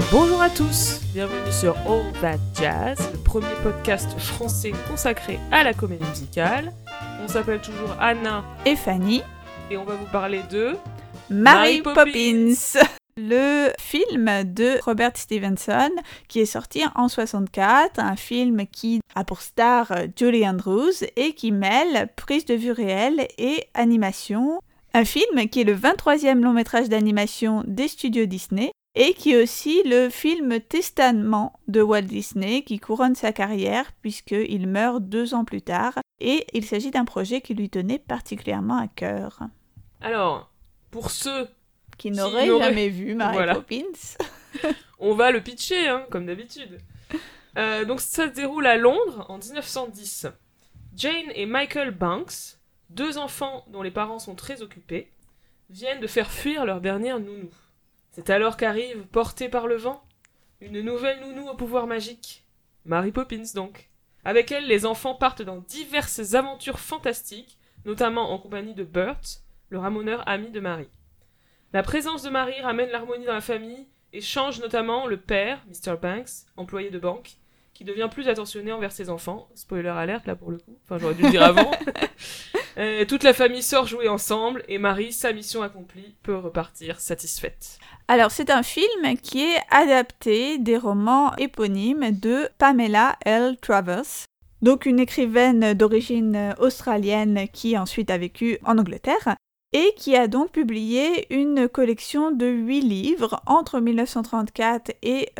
Bonjour à tous, bienvenue sur All That Jazz, le premier podcast français consacré à la comédie musicale. On s'appelle toujours Anna et Fanny, et on va vous parler de Mary Poppins, le film de Robert Stevenson qui est sorti en 1964, un film qui a pour star Julie Andrews et qui mêle prise de vue réelle et animation. Un film qui est le 23e long métrage d'animation des studios Disney et qui est aussi le film testament de Walt Disney qui couronne sa carrière puisqu'il meurt 2 ans plus tard et il s'agit d'un projet qui lui tenait particulièrement à cœur. Alors, pour ceux qui n'auraient jamais vu Mary Poppins, on va le pitcher, comme d'habitude. Donc ça se déroule à Londres en 1910. Jane et Michael Banks, 2 enfants dont les parents sont très occupés, viennent de faire fuir leur dernière nounou. C'est alors qu'arrive, portée par le vent, une nouvelle nounou au pouvoir magique. Mary Poppins donc. Avec elle, les enfants partent dans diverses aventures fantastiques, notamment en compagnie de Bert, le ramoneur ami de Mary. La présence de Mary ramène l'harmonie dans la famille et change notamment le père, Mr. Banks, employé de banque, qui devient plus attentionné envers ses enfants. Spoiler alert là pour le coup, enfin j'aurais dû le dire avant. Toute la famille sort jouer ensemble et Mary, sa mission accomplie, peut repartir satisfaite. Alors c'est un film qui est adapté des romans éponymes de Pamela L. Travers, donc une écrivaine d'origine australienne qui ensuite a vécu en Angleterre et qui a donc publié une collection de 8 livres entre 1934 et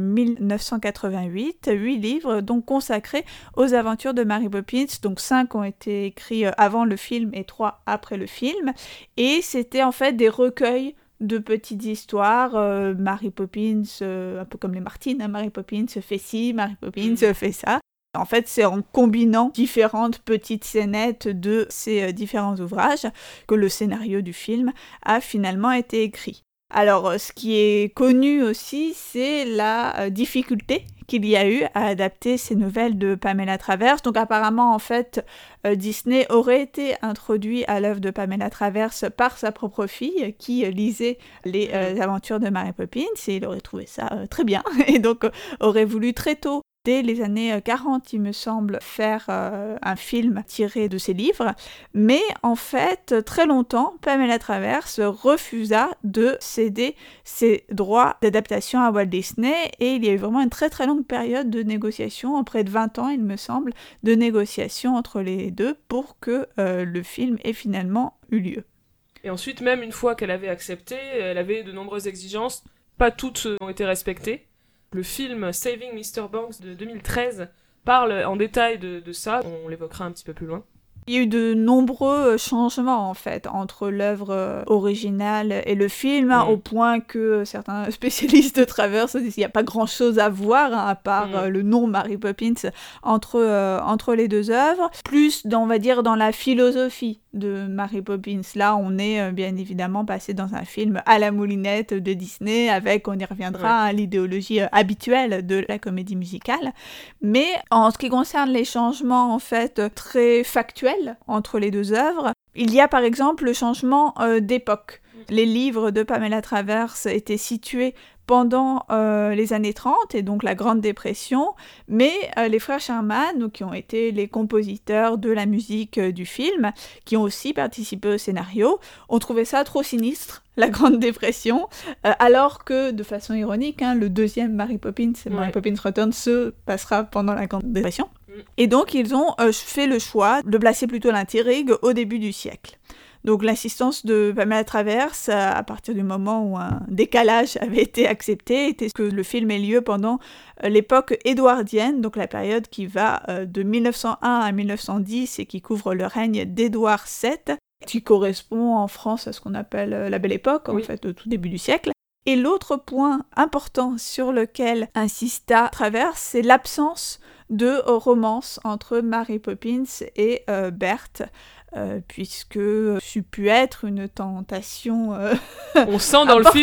1988, 8 livres donc consacrés aux aventures de Mary Poppins, donc 5 ont été écrits avant le film et 3 après le film, et c'était en fait des recueils de petites histoires, Mary Poppins, un peu comme les Martines, Mary Poppins fait ci, Mary Poppins fait ça. En fait, c'est en combinant différentes petites scénettes de ces différents ouvrages que le scénario du film a finalement été écrit. Alors, ce qui est connu aussi, c'est la difficulté qu'il y a eu à adapter ces nouvelles de Pamela Travers. Donc apparemment, en fait, Disney aurait été introduit à l'œuvre de Pamela Travers par sa propre fille qui lisait les aventures de Mary Poppins et il aurait trouvé ça très bien et donc aurait voulu très tôt, dès les années 40, il me semble, faire un film tiré de ses livres. Mais en fait, très longtemps, Pamela Travers refusa de céder ses droits d'adaptation à Walt Disney et il y a eu vraiment une très très longue période de négociation, près de 20 ans, il me semble, de négociation entre les deux pour que le film ait finalement eu lieu. Et ensuite, même une fois qu'elle avait accepté, elle avait de nombreuses exigences, pas toutes ont été respectées. Le film Saving Mr. Banks de 2013 parle en détail de ça, on l'évoquera un petit peu plus loin. Il y a eu de nombreux changements en fait entre l'œuvre originale et le film, au point que certains spécialistes de Travers disent qu'il n'y a pas grand chose à voir à part le nom Mary Poppins entre les deux œuvres. Plus on va dire dans la philosophie de Mary Poppins. Là, on est bien évidemment passé dans un film à la moulinette de Disney avec, on y reviendra, l'idéologie habituelle de la comédie musicale. Mais en ce qui concerne les changements en fait très factuels entre les deux œuvres, il y a par exemple le changement d'époque. Les livres de Pamela Travers étaient situés pendant les années 30 et donc la Grande Dépression, mais les frères Sherman, qui ont été les compositeurs de la musique du film, qui ont aussi participé au scénario, ont trouvé ça trop sinistre, la Grande Dépression, alors que, de façon ironique, le deuxième Mary Poppins, Mary Poppins Returns, se passera pendant la Grande Dépression. Et donc ils ont fait le choix de placer plutôt l'intrigue au début du siècle. Donc l'assistance de Pamela Travers, à partir du moment où un décalage avait été accepté, était que le film ait lieu pendant l'époque édouardienne, donc la période qui va de 1901 à 1910 et qui couvre le règne d'Édouard VII, qui correspond en France à ce qu'on appelle la Belle Époque, en fait, au tout début du siècle. Et l'autre point important sur lequel insista Travers, c'est l'absence de romance entre Mary Poppins et Bert, puisque c'eût pu être une tentation on sent dans le film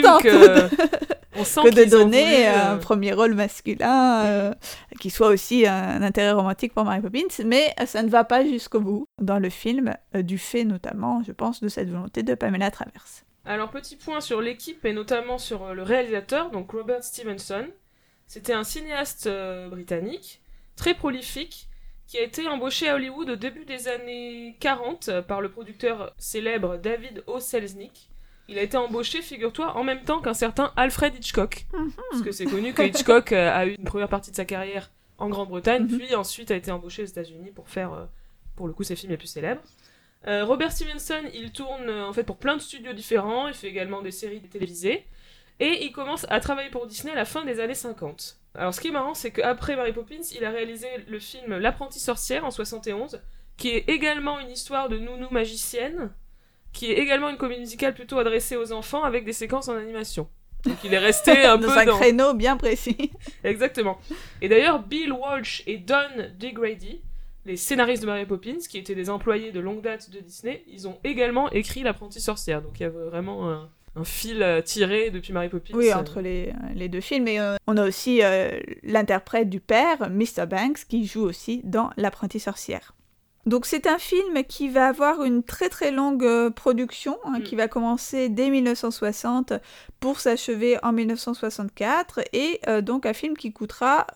que de donner un premier rôle masculin qui soit aussi un intérêt romantique pour Mary Poppins, mais ça ne va pas jusqu'au bout dans le film, du fait notamment, je pense, de cette volonté de Pamela Travers. Alors, petit point sur l'équipe et notamment sur le réalisateur, donc Robert Stevenson. C'était un cinéaste britannique, très prolifique, qui a été embauché à Hollywood au début des années 40 par le producteur célèbre David O. Selznick. Il a été embauché, figure-toi, en même temps qu'un certain Alfred Hitchcock. Parce que c'est connu que Hitchcock a eu une première partie de sa carrière en Grande-Bretagne, puis ensuite a été embauché aux États-Unis pour faire, pour le coup, ses films les plus célèbres. Robert Stevenson, il tourne en fait pour plein de studios différents, il fait également des séries télévisées, et il commence à travailler pour Disney à la fin des années 50. Alors ce qui est marrant, c'est qu'après Mary Poppins, il a réalisé le film L'Apprentie sorcière en 71, qui est également une histoire de nounou magicienne, qui est également une comédie musicale plutôt adressée aux enfants avec des séquences en animation. Donc il est resté un peu dans un créneau bien précis. Exactement. Et d'ailleurs, Bill Walsh et Don DeGrady, les scénaristes de Mary Poppins, qui étaient des employés de longue date de Disney, ils ont également écrit L'Apprentie sorcière. Donc il y avait vraiment un fil tiré depuis Mary Poppins. Oui, entre les deux films. Et on a aussi l'interprète du père, Mr. Banks, qui joue aussi dans L'Apprentie sorcière. Donc c'est un film qui va avoir une très très longue production, qui va commencer dès 1960 pour s'achever en 1964, et donc un film qui coûtera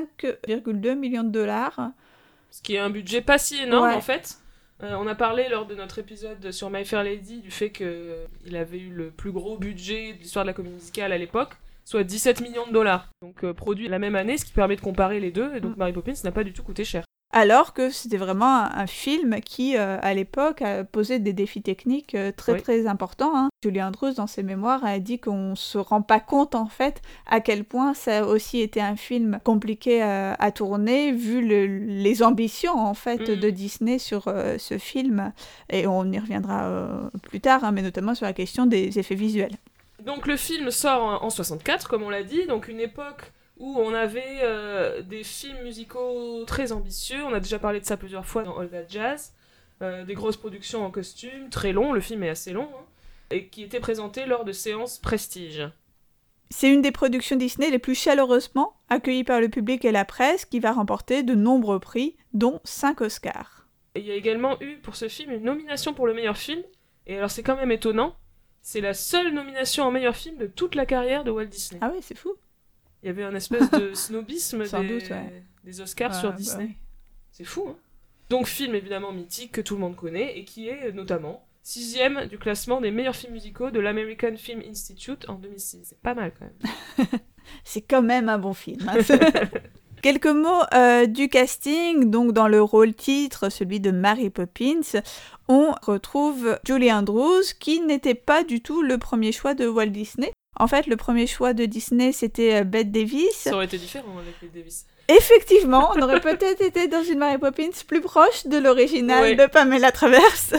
5,2 millions de dollars. Ce qui est un budget pas si énorme en fait. On a parlé lors de notre épisode sur My Fair Lady du fait qu'il avait eu le plus gros budget de l'histoire de la comédie musicale à l'époque, soit 17 millions de dollars. Donc produit la même année, ce qui permet de comparer les deux, et donc Mary Poppins n'a pas du tout coûté cher. Alors que c'était vraiment un film qui, à l'époque, a posé des défis techniques très très importants. Julie Andrews, dans ses mémoires, a dit qu'on ne se rend pas compte, en fait, à quel point ça a aussi été un film compliqué à tourner, vu les ambitions, en fait, de Disney sur ce film. Et on y reviendra plus tard, mais notamment sur la question des effets visuels. Donc le film sort en 64, comme on l'a dit, donc une époque où on avait des films musicaux très ambitieux. On a déjà parlé de ça plusieurs fois dans All That Jazz. Des grosses productions en costume, très longs, le film est assez long, et qui étaient présentés lors de séances prestige. C'est une des productions Disney les plus chaleureusement accueillies par le public et la presse, qui va remporter de nombreux prix, dont 5 Oscars. Et il y a également eu pour ce film une nomination pour le meilleur film, et alors c'est quand même étonnant, c'est la seule nomination en meilleur film de toute la carrière de Walt Disney. Ah oui, c'est fou. Il y avait un espèce de snobisme des Oscars sur Disney. Oui. C'est fou, hein. Donc film évidemment mythique que tout le monde connaît et qui est notamment 6e du classement des meilleurs films musicaux de l'American Film Institute en 2006. C'est pas mal quand même. C'est quand même un bon film. Quelques mots du casting. Donc dans le rôle titre, celui de Mary Poppins, on retrouve Julie Andrews, qui n'était pas du tout le premier choix de Walt Disney. En fait, le premier choix de Disney, c'était Bette Davis. Ça aurait été différent avec Bette Davis. Effectivement, on aurait peut-être été dans une Mary Poppins plus proche de l'original de Pamela Travers.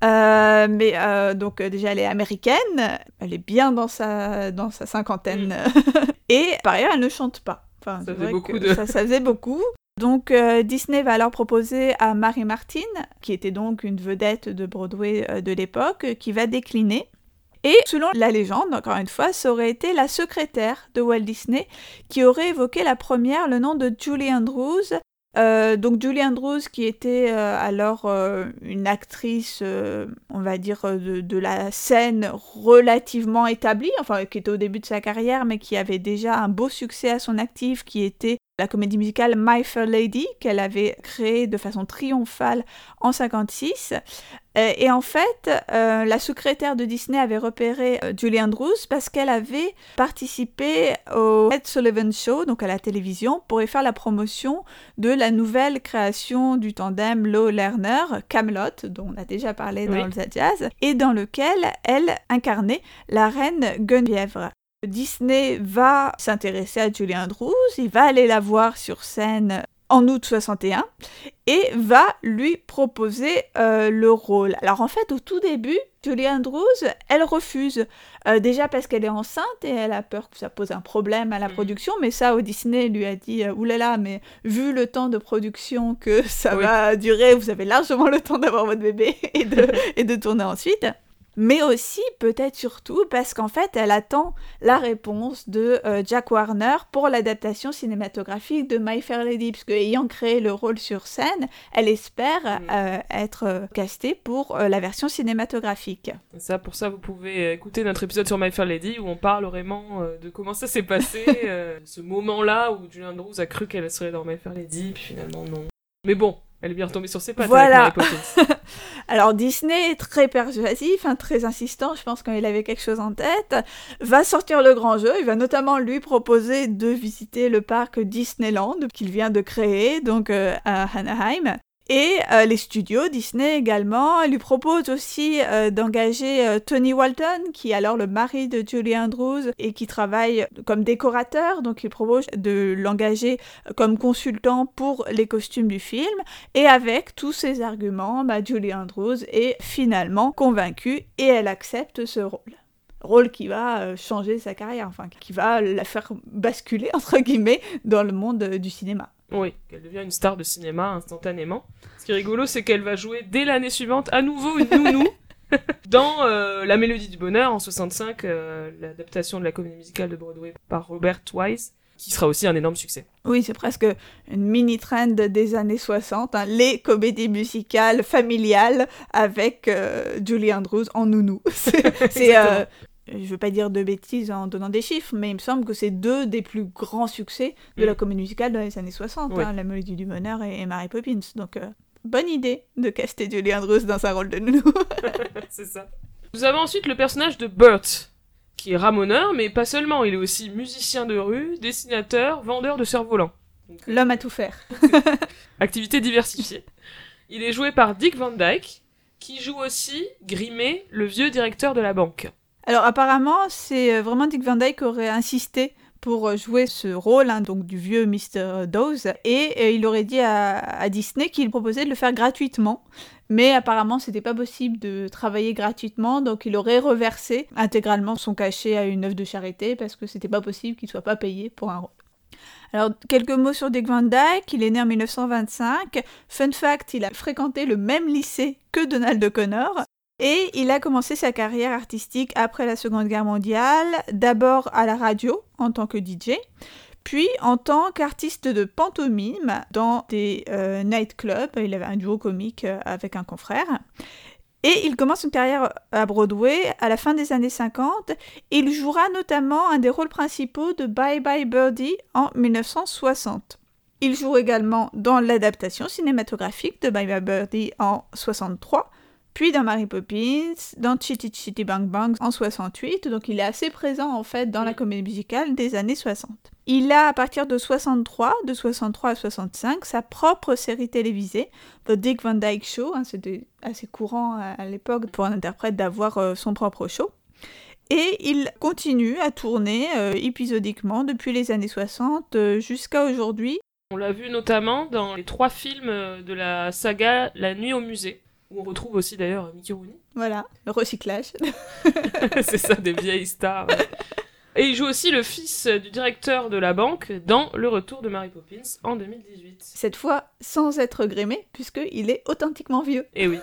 Donc déjà, elle est américaine, elle est bien dans sa cinquantaine. Et par ailleurs, elle ne chante pas. Enfin, ça faisait beaucoup. Donc Disney va alors proposer à Mary Martin, qui était donc une vedette de Broadway de l'époque, qui va décliner. Et selon la légende, encore une fois, ça aurait été la secrétaire de Walt Disney qui aurait évoqué la première le nom de Julie Andrews. Donc Julie Andrews, qui était alors une actrice, on va dire, de la scène relativement établie, enfin qui était au début de sa carrière, mais qui avait déjà un beau succès à son actif, qui était la comédie musicale My Fair Lady, qu'elle avait créée de façon triomphale en 1956. Et en fait, la secrétaire de Disney avait repéré Julie Andrews parce qu'elle avait participé au Ed Sullivan Show, donc à la télévision, pour y faire la promotion de la nouvelle création du tandem Lowe-Lerner, Camelot, dont on a déjà parlé dans All That Jazz, et dans lequel elle incarnait la reine Guenièvre. Disney va s'intéresser à Julie Andrews, il va aller la voir sur scène en août 61 et va lui proposer le rôle. Alors en fait, au tout début, Julie Andrews, elle refuse. Déjà parce qu'elle est enceinte et elle a peur que ça pose un problème à la production, mais ça, Disney lui a dit « Oulala, mais vu le temps de production que ça va durer, vous avez largement le temps d'avoir votre bébé et de tourner ensuite ». mais aussi, peut-être surtout, parce qu'en fait, elle attend la réponse de Jack Warner pour l'adaptation cinématographique de My Fair Lady, puisque ayant créé le rôle sur scène, elle espère être castée pour la version cinématographique. Pour ça, vous pouvez écouter notre épisode sur My Fair Lady, où on parle vraiment de comment ça s'est passé, ce moment-là où Julie Andrews a cru qu'elle serait dans My Fair Lady, puis finalement non. Mais bon, elle est bien retombée sur ses pattes avec Mary Poppins. Alors Disney est très persuasif, très insistant, je pense qu'il avait quelque chose en tête, va sortir le grand jeu, il va notamment lui proposer de visiter le parc Disneyland qu'il vient de créer, donc à Anaheim. Et les studios Disney également lui proposent aussi d'engager Tony Walton, qui est alors le mari de Julie Andrews et qui travaille comme décorateur, donc il propose de l'engager comme consultant pour les costumes du film. Et avec tous ces arguments, Julie Andrews est finalement convaincue et elle accepte ce rôle. Rôle qui va changer sa carrière, qui va la faire basculer, entre guillemets, dans le monde du cinéma. Oui, qu'elle devient une star de cinéma instantanément. Ce qui est rigolo, c'est qu'elle va jouer dès l'année suivante à nouveau une nounou dans La Mélodie du Bonheur en 65, l'adaptation de la comédie musicale de Broadway par Robert Wise, qui sera aussi un énorme succès. Oui, c'est presque une mini-trend des années 60, les comédies musicales familiales avec Julie Andrews en nounou. Je veux pas dire de bêtises en donnant des chiffres, mais il me semble que c'est 2 des plus grands succès de la comédie musicale dans les années 60, La Mélodie du Bonheur et Mary Poppins. Donc, bonne idée de caster Julie Andrews dans un rôle de nounou. C'est ça. Nous avons ensuite le personnage de Burt, qui est ramoneur, mais pas seulement, il est aussi musicien de rue, dessinateur, vendeur de cerfs-volants. L'homme à tout faire. Activité diversifiée. Il est joué par Dick Van Dyke, qui joue aussi Grimé, le vieux directeur de la banque. Alors apparemment, c'est vraiment Dick Van Dyke qui aurait insisté pour jouer ce rôle, donc du vieux Mr. Dawes, et il aurait dit à Disney qu'il proposait de le faire gratuitement, mais apparemment c'était pas possible de travailler gratuitement, donc il aurait reversé intégralement son cachet à une œuvre de charité, parce que c'était pas possible qu'il soit pas payé pour un rôle. Alors, quelques mots sur Dick Van Dyke, il est né en 1925, fun fact, il a fréquenté le même lycée que Donald O'Connor, et il a commencé sa carrière artistique après la Seconde Guerre mondiale, d'abord à la radio en tant que DJ, puis en tant qu'artiste de pantomime dans des nightclubs. Il avait un duo comique avec un confrère. Et il commence une carrière à Broadway à la fin des années 50. Il jouera notamment un des rôles principaux de Bye Bye Birdie en 1960. Il joue également dans l'adaptation cinématographique de Bye Bye Birdie en 63, puis dans Mary Poppins, dans Chitty Chitty Bang Bang en 68, donc il est assez présent en fait dans la comédie musicale des années 60. Il a à partir de 63 à 65, sa propre série télévisée, The Dick Van Dyke Show, c'était assez courant à l'époque pour un interprète d'avoir son propre show. Et il continue à tourner épisodiquement depuis les années 60 jusqu'à aujourd'hui. On l'a vu notamment dans les 3 films de la saga La Nuit au musée, où on retrouve aussi d'ailleurs Mickey Rooney. Voilà, le recyclage. C'est ça, des vieilles stars. Et il joue aussi le fils du directeur de la banque dans Le Retour de Mary Poppins en 2018. Cette fois, sans être grémé, puisqu'il est authentiquement vieux. Eh oui.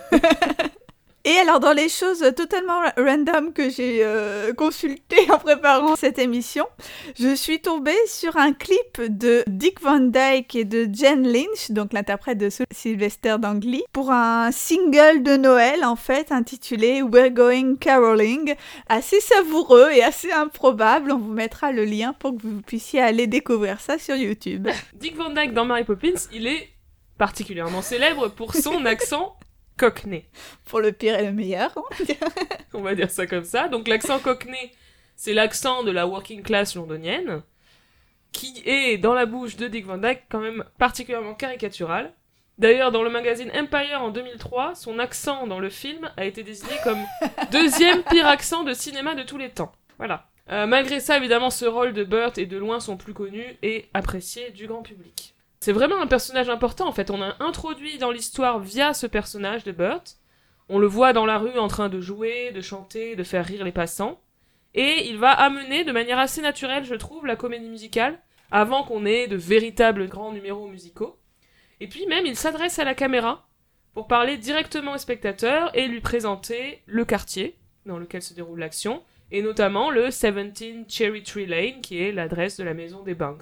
Et alors, dans les choses totalement random que j'ai consultées en préparant cette émission, je suis tombée sur un clip de Dick Van Dyke et de Jen Lynch, donc l'interprète de Sylvester Dangley, pour un single de Noël, en fait, intitulé We're Going Caroling, assez savoureux et assez improbable. On vous mettra le lien pour que vous puissiez aller découvrir ça sur YouTube. Dick Van Dyke dans Mary Poppins, il est particulièrement célèbre pour son accent cockney. Pour le pire et le meilleur. On va dire ça comme ça. Donc l'accent cockney, c'est l'accent de la working class londonienne, qui est dans la bouche de Dick Van Dyke quand même particulièrement caricatural. D'ailleurs, dans le magazine Empire en 2003, son accent dans le film a été désigné comme 2e pire accent de cinéma de tous les temps. Voilà. Malgré ça, évidemment, ce rôle de Burt est de loin son plus connu et apprécié du grand public. C'est vraiment un personnage important, en fait. On a introduit dans l'histoire via ce personnage de Burt. On le voit dans la rue en train de jouer, de chanter, de faire rire les passants. Et il va amener de manière assez naturelle, je trouve, la comédie musicale, avant qu'on ait de véritables grands numéros musicaux. Et puis même, il s'adresse à la caméra pour parler directement au spectateur et lui présenter le quartier, dans lequel se déroule l'action, et notamment le 17 Cherry Tree Lane, qui est l'adresse de la maison des Banks.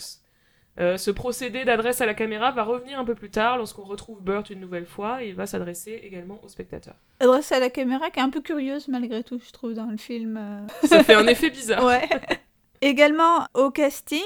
Ce procédé d'adresse à la caméra va revenir un peu plus tard lorsqu'on retrouve Burt une nouvelle fois et il va s'adresser également au spectateur. Adresse à la caméra qui est un peu curieuse malgré tout, je trouve, dans le film. Ça fait un effet bizarre. Ouais. Également au casting,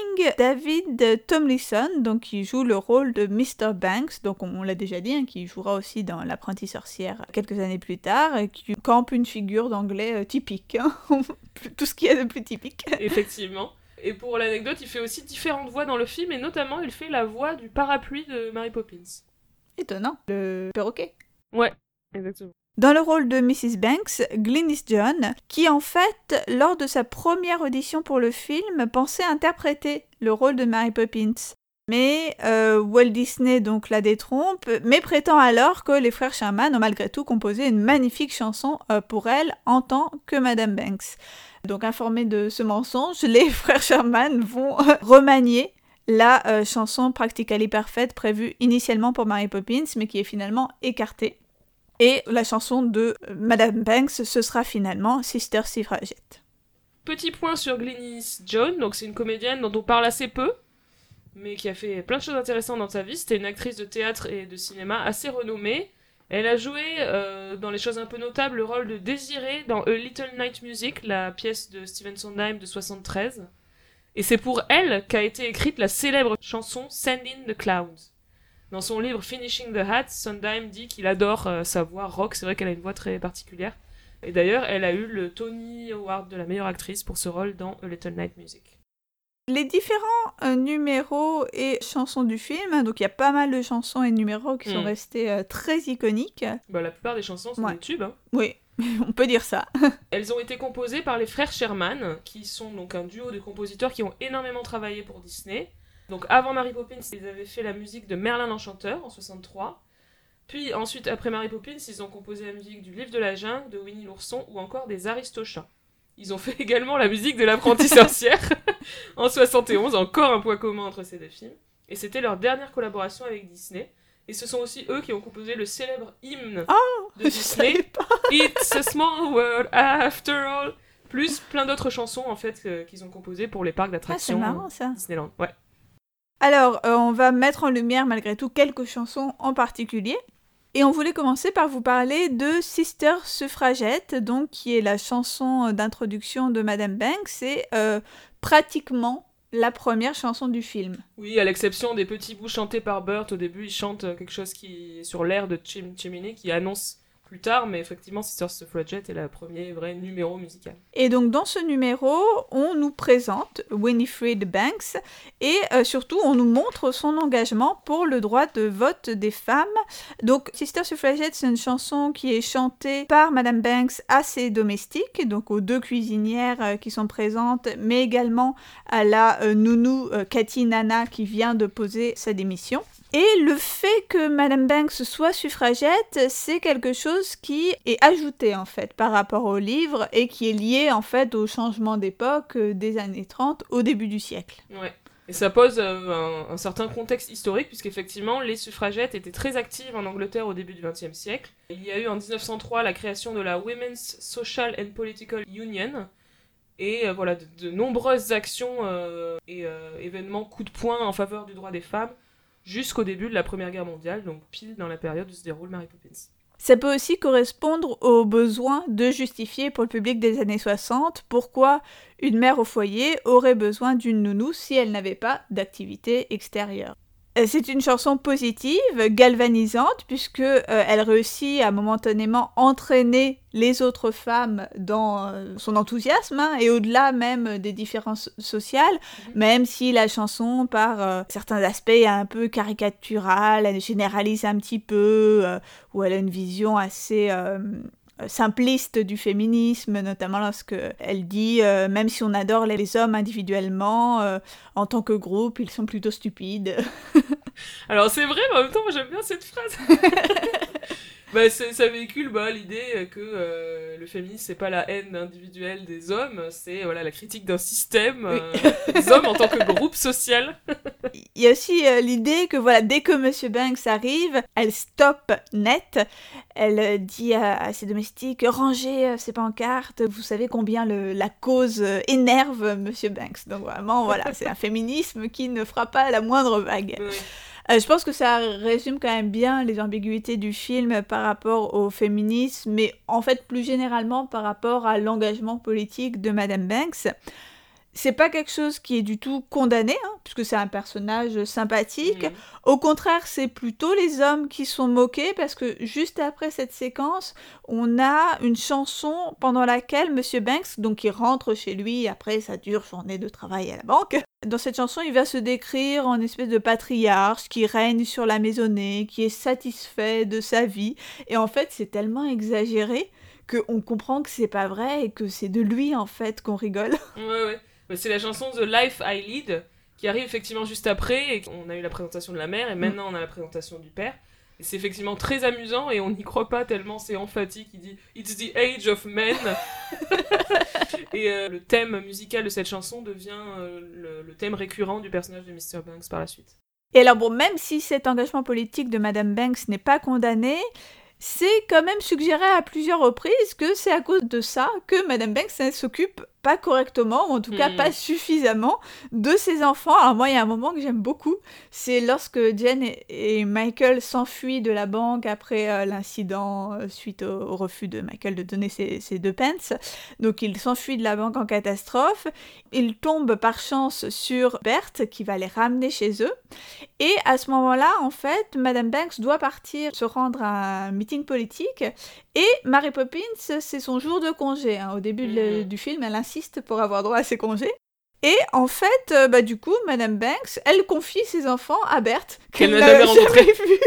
David Tomlinson, donc qui joue le rôle de Mr. Banks, donc on l'a déjà dit, hein, qui jouera aussi dans L'Apprentie sorcière quelques années plus tard, et qui campe une figure d'anglais typique, hein. Tout ce qu'il y a de plus typique. Effectivement. Et pour l'anecdote, il fait aussi différentes voix dans le film, et notamment il fait la voix du parapluie de Mary Poppins. Étonnant, le perroquet. Ouais, exactement. Dans le rôle de Mrs. Banks, Glynis John, qui en fait, lors de sa première audition pour le film, pensait interpréter le rôle de Mary Poppins. Mais Walt Disney donc la détrompe, mais prétend alors que les frères Sherman ont malgré tout composé une magnifique chanson pour elle en tant que Madame Banks. Donc informés de ce mensonge, les frères Sherman vont remanier la chanson Practically Perfect prévue initialement pour Mary Poppins, mais qui est finalement écartée. Et la chanson de Madame Banks, ce sera finalement Sister Suffragette. Petit point sur Glynis John, donc c'est une comédienne dont on parle assez peu, mais qui a fait plein de choses intéressantes dans sa vie. C'était une actrice de théâtre et de cinéma assez renommée. Elle a joué, dans les choses un peu notables, le rôle de Désirée dans A Little Night Music, la pièce de Stephen Sondheim de 1973. Et c'est pour elle qu'a été écrite la célèbre chanson Send in the Clouds. Dans son livre Finishing the Hat, Sondheim dit qu'il adore sa voix rock, c'est vrai qu'elle a une voix très particulière. Et d'ailleurs, elle a eu le Tony Award de la meilleure actrice pour ce rôle dans A Little Night Music. Les différents numéros et chansons du film, donc il y a pas mal de chansons et numéros qui sont restés très iconiques. Bah, la plupart des chansons sont des tubes. Hein. Oui, on peut dire ça. Elles ont été composées par les frères Sherman, qui sont donc un duo de compositeurs qui ont énormément travaillé pour Disney. Donc avant Mary Poppins, ils avaient fait la musique de Merlin l'Enchanteur en 63. Puis ensuite, après Mary Poppins, ils ont composé la musique du Livre de la Jungle, de Winnie l'Ourson ou encore des Aristochats. Ils ont fait également la musique de L'Apprentie sorcière en 71, encore un point commun entre ces deux films. Et c'était leur dernière collaboration avec Disney. Et ce sont aussi eux qui ont composé le célèbre hymne de Disney, It's a small world after all, plus plein d'autres chansons en fait qu'ils ont composées pour les parcs d'attractions c'est marrant, ça. Disneyland. Ouais. Alors, on va mettre en lumière malgré tout quelques chansons en particulier. Et on voulait commencer par vous parler de Sister Suffragette, donc qui est la chanson d'introduction de Madame Banks, c'est pratiquement la première chanson du film. Oui, à l'exception des petits bouts chantés par Burt, au début il chante quelque chose qui est sur l'air de Chimney qui annonce plus tard, mais effectivement Sister Suffragette est le premier vrai numéro musical. Et donc dans ce numéro, on nous présente Winifred Banks et surtout on nous montre son engagement pour le droit de vote des femmes. Donc Sister Suffragette, c'est une chanson qui est chantée par Madame Banks à ses domestiques, donc aux deux cuisinières qui sont présentes, mais également à la nounou Cathy Nana qui vient de poser sa démission. Et le fait que Madame Banks soit suffragette, c'est quelque chose qui est ajouté en fait par rapport au livre et qui est lié en fait au changement d'époque des années 30 au début du siècle. Ouais. Et ça pose un certain contexte historique puisqu'effectivement les suffragettes étaient très actives en Angleterre au début du XXe siècle. Il y a eu en 1903 la création de la Women's Social and Political Union et voilà de nombreuses actions et événements coup de poing en faveur du droit des femmes jusqu'au début de la Première Guerre mondiale, donc pile dans la période où se déroule Mary Poppins. Ça peut aussi correspondre au besoin de justifier pour le public des années 60 pourquoi une mère au foyer aurait besoin d'une nounou si elle n'avait pas d'activité extérieure. C'est une chanson positive, galvanisante, puisque elle réussit à momentanément entraîner les autres femmes dans son enthousiasme, hein, et au-delà même des différences sociales, même si la chanson, par certains aspects, est un peu caricaturale, elle généralise un petit peu, où elle a une vision assez simpliste du féminisme, notamment lorsque elle dit même si on adore les hommes individuellement, en tant que groupe, ils sont plutôt stupides. Alors c'est vrai, mais en même temps, moi j'aime bien cette phrase. Ça véhicule l'idée que le féminisme, c'est pas la haine individuelle des hommes, c'est la critique d'un système, des hommes en tant que groupe social. Il y a aussi l'idée que voilà, dès que Monsieur Banks arrive, elle stoppe net. Elle dit à ses domestiques, rangez ces pancartes. Vous savez combien la cause énerve Monsieur Banks. Donc vraiment, voilà, c'est un féminisme qui ne fera pas la moindre vague. Oui. Je pense que ça résume quand même bien les ambiguïtés du film par rapport au féminisme, mais en fait plus généralement par rapport à l'engagement politique de Madame Banks. C'est pas quelque chose qui est du tout condamné, puisque c'est un personnage sympathique. Au contraire, c'est plutôt les hommes qui sont moqués, parce que juste après cette séquence, on a une chanson pendant laquelle Monsieur Banks, donc il rentre chez lui après sa dure journée de travail à la banque. Dans cette chanson, il va se décrire en espèce de patriarche qui règne sur la maisonnée, qui est satisfait de sa vie. Et en fait, c'est tellement exagéré qu'on comprend que c'est pas vrai et que c'est de lui, en fait, qu'on rigole. Ouais. C'est la chanson The Life I Lead qui arrive effectivement juste après, et on a eu la présentation de la mère, et maintenant on a la présentation du père. Et c'est effectivement très amusant, et on n'y croit pas tellement c'est emphatique, il dit « It's the age of men ». Et le thème musical de cette chanson devient le thème récurrent du personnage de Mr. Banks par la suite. Et alors bon, même si cet engagement politique de Madame Banks n'est pas condamné, c'est quand même suggéré à plusieurs reprises que c'est à cause de ça que Madame Banks s'occupe pas correctement, ou en tout cas pas suffisamment, de ses enfants. Alors moi, il y a un moment que j'aime beaucoup, c'est lorsque Jen et Michael s'enfuient de la banque après l'incident suite au refus de Michael de donner ses 2 pence. Donc ils s'enfuient de la banque en catastrophe, ils tombent par chance sur Berthe qui va les ramener chez eux, et à ce moment-là, en fait, Madame Banks doit partir se rendre à un meeting politique, et Mary Poppins, c'est son jour de congé. Au début du film, elle insiste pour avoir droit à ses congés. Et en fait, du coup, Madame Banks, elle confie ses enfants à Berthe, qu'elle n'a jamais rencontré.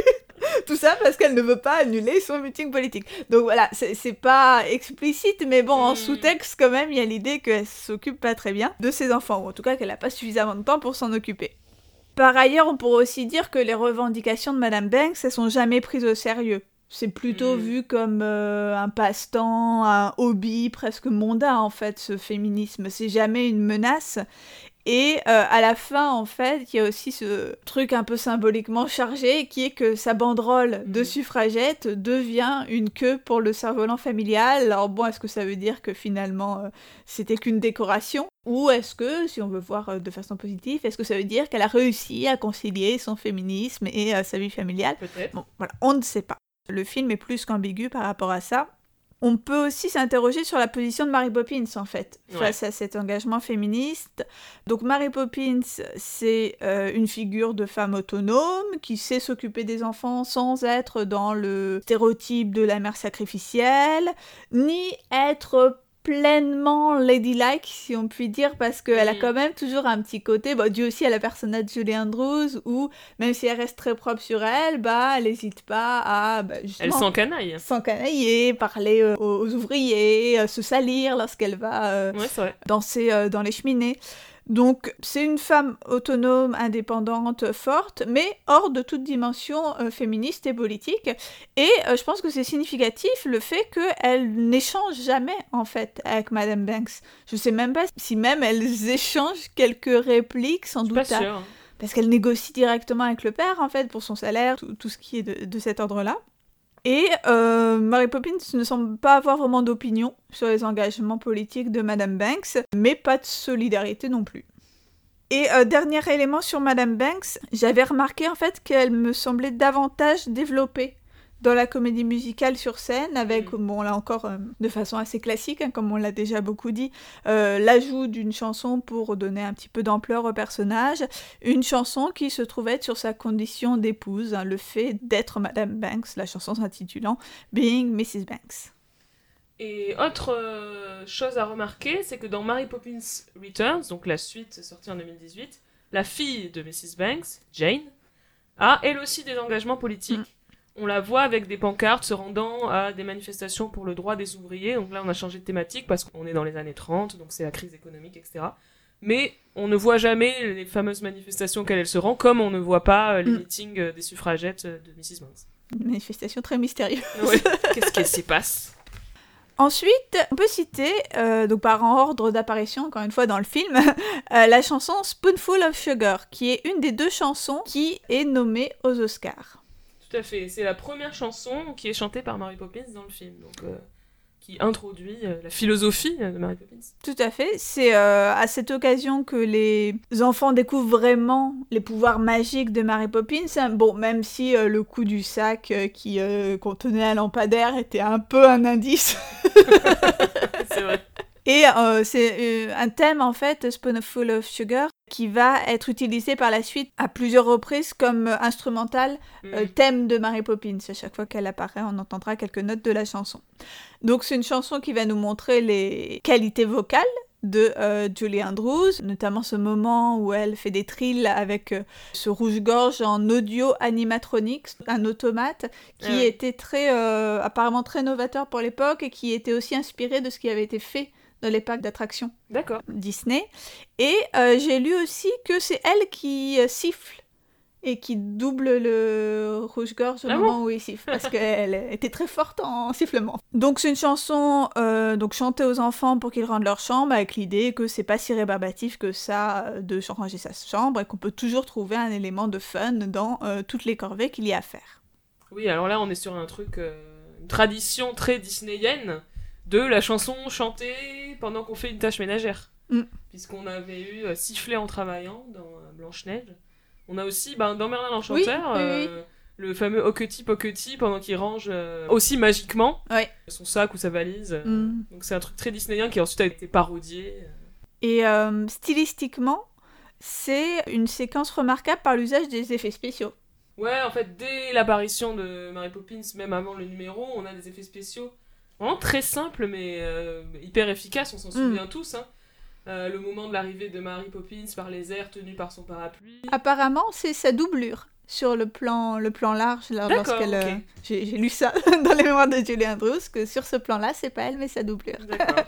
Tout ça parce qu'elle ne veut pas annuler son meeting politique. Donc voilà, c'est pas explicite, mais bon, en sous-texte, quand même, il y a l'idée qu'elle s'occupe pas très bien de ses enfants, ou en tout cas qu'elle n'a pas suffisamment de temps pour s'en occuper. Par ailleurs, on pourrait aussi dire que les revendications de Madame Banks, elles sont jamais prises au sérieux. C'est plutôt vu comme un passe-temps, un hobby presque mondain, en fait, ce féminisme. C'est jamais une menace. Et à la fin, en fait, il y a aussi ce truc un peu symboliquement chargé, qui est que sa banderole de suffragette devient une queue pour le cerf-volant familial. Alors bon, est-ce que ça veut dire que finalement, c'était qu'une décoration ? Ou est-ce que, si on veut voir de façon positive, est-ce que ça veut dire qu'elle a réussi à concilier son féminisme et sa vie familiale ? Peut-être. Bon, voilà, on ne sait pas. Le film est plus qu'ambigu par rapport à ça. On peut aussi s'interroger sur la position de Mary Poppins, en fait, face à cet engagement féministe. Donc Mary Poppins, c'est une figure de femme autonome qui sait s'occuper des enfants sans être dans le stéréotype de la mère sacrificielle, ni être pleinement ladylike, si on peut dire, parce qu'elle a quand même toujours un petit côté, dû aussi à la personnage de Julie Andrews, où même si elle reste très propre sur elle, elle n'hésite pas à justement elle s'encanailler, parler aux ouvriers, se salir lorsqu'elle va danser dans les cheminées. Donc c'est une femme autonome, indépendante, forte, mais hors de toute dimension féministe et politique. Et je pense que c'est significatif le fait qu'elle n'échange jamais, en fait, avec Madame Banks. Je sais même pas si même elles échangent quelques répliques, sans doute. Pas sûr. Parce qu'elle négocie directement avec le père, en fait, pour son salaire, tout ce qui est de cet ordre-là. Et Mary Poppins ne semble pas avoir vraiment d'opinion sur les engagements politiques de Madame Banks, mais pas de solidarité non plus. Et dernier élément sur Madame Banks, j'avais remarqué en fait qu'elle me semblait davantage développée dans la comédie musicale sur scène, avec, là encore, de façon assez classique, comme on l'a déjà beaucoup dit, l'ajout d'une chanson pour donner un petit peu d'ampleur au personnage, une chanson qui se trouvait sur sa condition d'épouse, le fait d'être Madame Banks, la chanson s'intitulant « Being Mrs. Banks ». Et autre chose à remarquer, c'est que dans Mary Poppins Returns, donc la suite sortie en 2018, la fille de Mrs. Banks, Jane, a elle aussi des engagements politiques. On la voit avec des pancartes se rendant à des manifestations pour le droit des ouvriers. Donc là, on a changé de thématique parce qu'on est dans les années 30, donc c'est la crise économique, etc. Mais on ne voit jamais les fameuses manifestations auxquelles elle se rend, comme on ne voit pas les meetings des suffragettes de Mrs. Banks. Une manifestation très mystérieuse. Ouais. Qu'est-ce qu'elle s'y passe ? Ensuite, on peut citer, donc par ordre d'apparition, encore une fois dans le film, la chanson Spoonful of Sugar, qui est une des 2 chansons qui est nommée aux Oscars. Tout à fait, c'est la première chanson qui est chantée par Mary Poppins dans le film, donc qui introduit la philosophie de Mary Poppins. Tout à fait, c'est à cette occasion que les enfants découvrent vraiment les pouvoirs magiques de Mary Poppins. Bon, même si le coup du sac qui contenait un lampadaire était un peu un indice. C'est vrai. Et c'est un thème, en fait, Spoonful of Sugar, qui va être utilisé par la suite à plusieurs reprises comme instrumental thème de Mary Poppins. À chaque fois qu'elle apparaît, on entendra quelques notes de la chanson. Donc c'est une chanson qui va nous montrer les qualités vocales de Julie Andrews, notamment ce moment où elle fait des trills avec ce rouge-gorge en audio animatronics, un automate, qui était apparemment très novateur pour l'époque et qui était aussi inspiré de ce qui avait été fait dans les parcs d'attractions Disney. Et j'ai lu aussi que c'est elle qui siffle et qui double le rouge-gorge au moment où il siffle, parce qu'elle était très forte en sifflement. Donc c'est une chanson donc chantée aux enfants pour qu'ils rendent leur chambre, avec l'idée que c'est pas si rébarbatif que ça de ranger sa chambre, et qu'on peut toujours trouver un élément de fun dans toutes les corvées qu'il y a à faire. Oui, alors là on est sur un truc, une tradition très disneyienne, de la chanson chantée pendant qu'on fait une tâche ménagère. Puisqu'on avait eu Siffler en travaillant dans Blanche-Neige. On a aussi, dans Merlin l'Enchanteur, le fameux Hoquetis Poquetis pendant qu'il range aussi magiquement son sac ou sa valise. Donc c'est un truc très disneyen qui ensuite a été parodié. Et stylistiquement, c'est une séquence remarquable par l'usage des effets spéciaux. Ouais, en fait, dès l'apparition de Mary Poppins, même avant le numéro, on a des effets spéciaux vraiment très simples mais hyper efficaces, on s'en souvient tous. Le moment de l'arrivée de Mary Poppins par les airs tenus par son parapluie. Apparemment, c'est sa doublure sur le plan large. Lorsqu'elle, j'ai lu ça dans les mémoires de Julie Andrews, que sur ce plan-là, c'est pas elle, mais sa doublure. D'accord.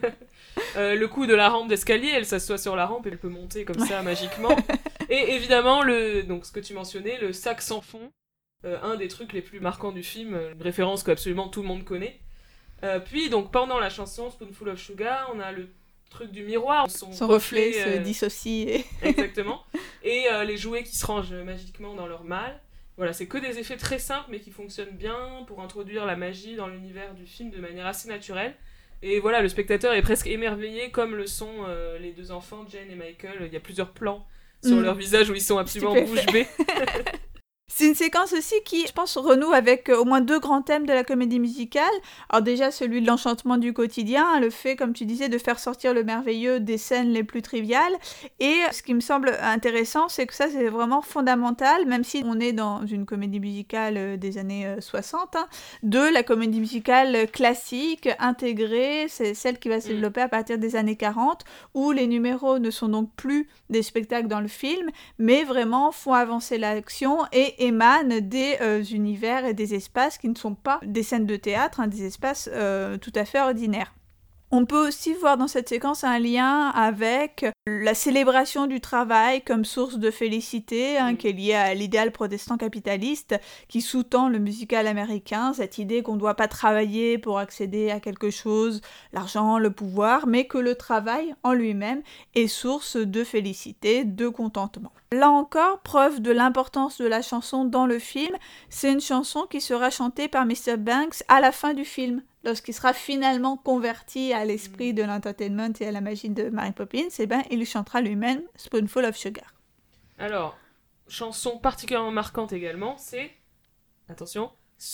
Le coup de la rampe d'escalier, elle s'assoit sur la rampe et elle peut monter comme ça magiquement. Et évidemment, donc, ce que tu mentionnais, le sac sans fond, un des trucs les plus marquants du film, une référence qu'absolument tout le monde connaît. Puis, donc, pendant la chanson Spoonful of Sugar, on a le truc du miroir, son reflet se dissocie. Exactement. Et les jouets qui se rangent magiquement dans leur malle. Voilà, c'est que des effets très simples mais qui fonctionnent bien pour introduire la magie dans l'univers du film de manière assez naturelle. Et voilà, le spectateur est presque émerveillé comme le sont les 2 enfants, Jane et Michael. Il y a plusieurs plans sur leur visage où ils sont absolument bouche bée. C'est une séquence aussi qui, je pense, renoue avec au moins 2 grands thèmes de la comédie musicale. Alors déjà, celui de l'enchantement du quotidien, le fait, comme tu disais, de faire sortir le merveilleux des scènes les plus triviales. Et ce qui me semble intéressant, c'est que ça, c'est vraiment fondamental, même si on est dans une comédie musicale des années 60, de la comédie musicale classique, intégrée, c'est celle qui va se développer à partir des années 40, où les numéros ne sont donc plus des spectacles dans le film, mais vraiment font avancer l'action et émanent des univers et des espaces qui ne sont pas des scènes de théâtre, des espaces tout à fait ordinaires. On peut aussi voir dans cette séquence un lien avec la célébration du travail comme source de félicité, qui est liée à l'idéal protestant capitaliste qui sous-tend le musical américain, cette idée qu'on ne doit pas travailler pour accéder à quelque chose, l'argent, le pouvoir, mais que le travail en lui-même est source de félicité, de contentement. Là encore, preuve de l'importance de la chanson dans le film, c'est une chanson qui sera chantée par Mr. Banks à la fin du film. Lorsqu'il sera finalement converti à l'esprit de l'entertainment et à la magie de Mary Poppins, il chantera lui-même Spoonful of Sugar. Alors, chanson particulièrement marquante également, c'est, attention,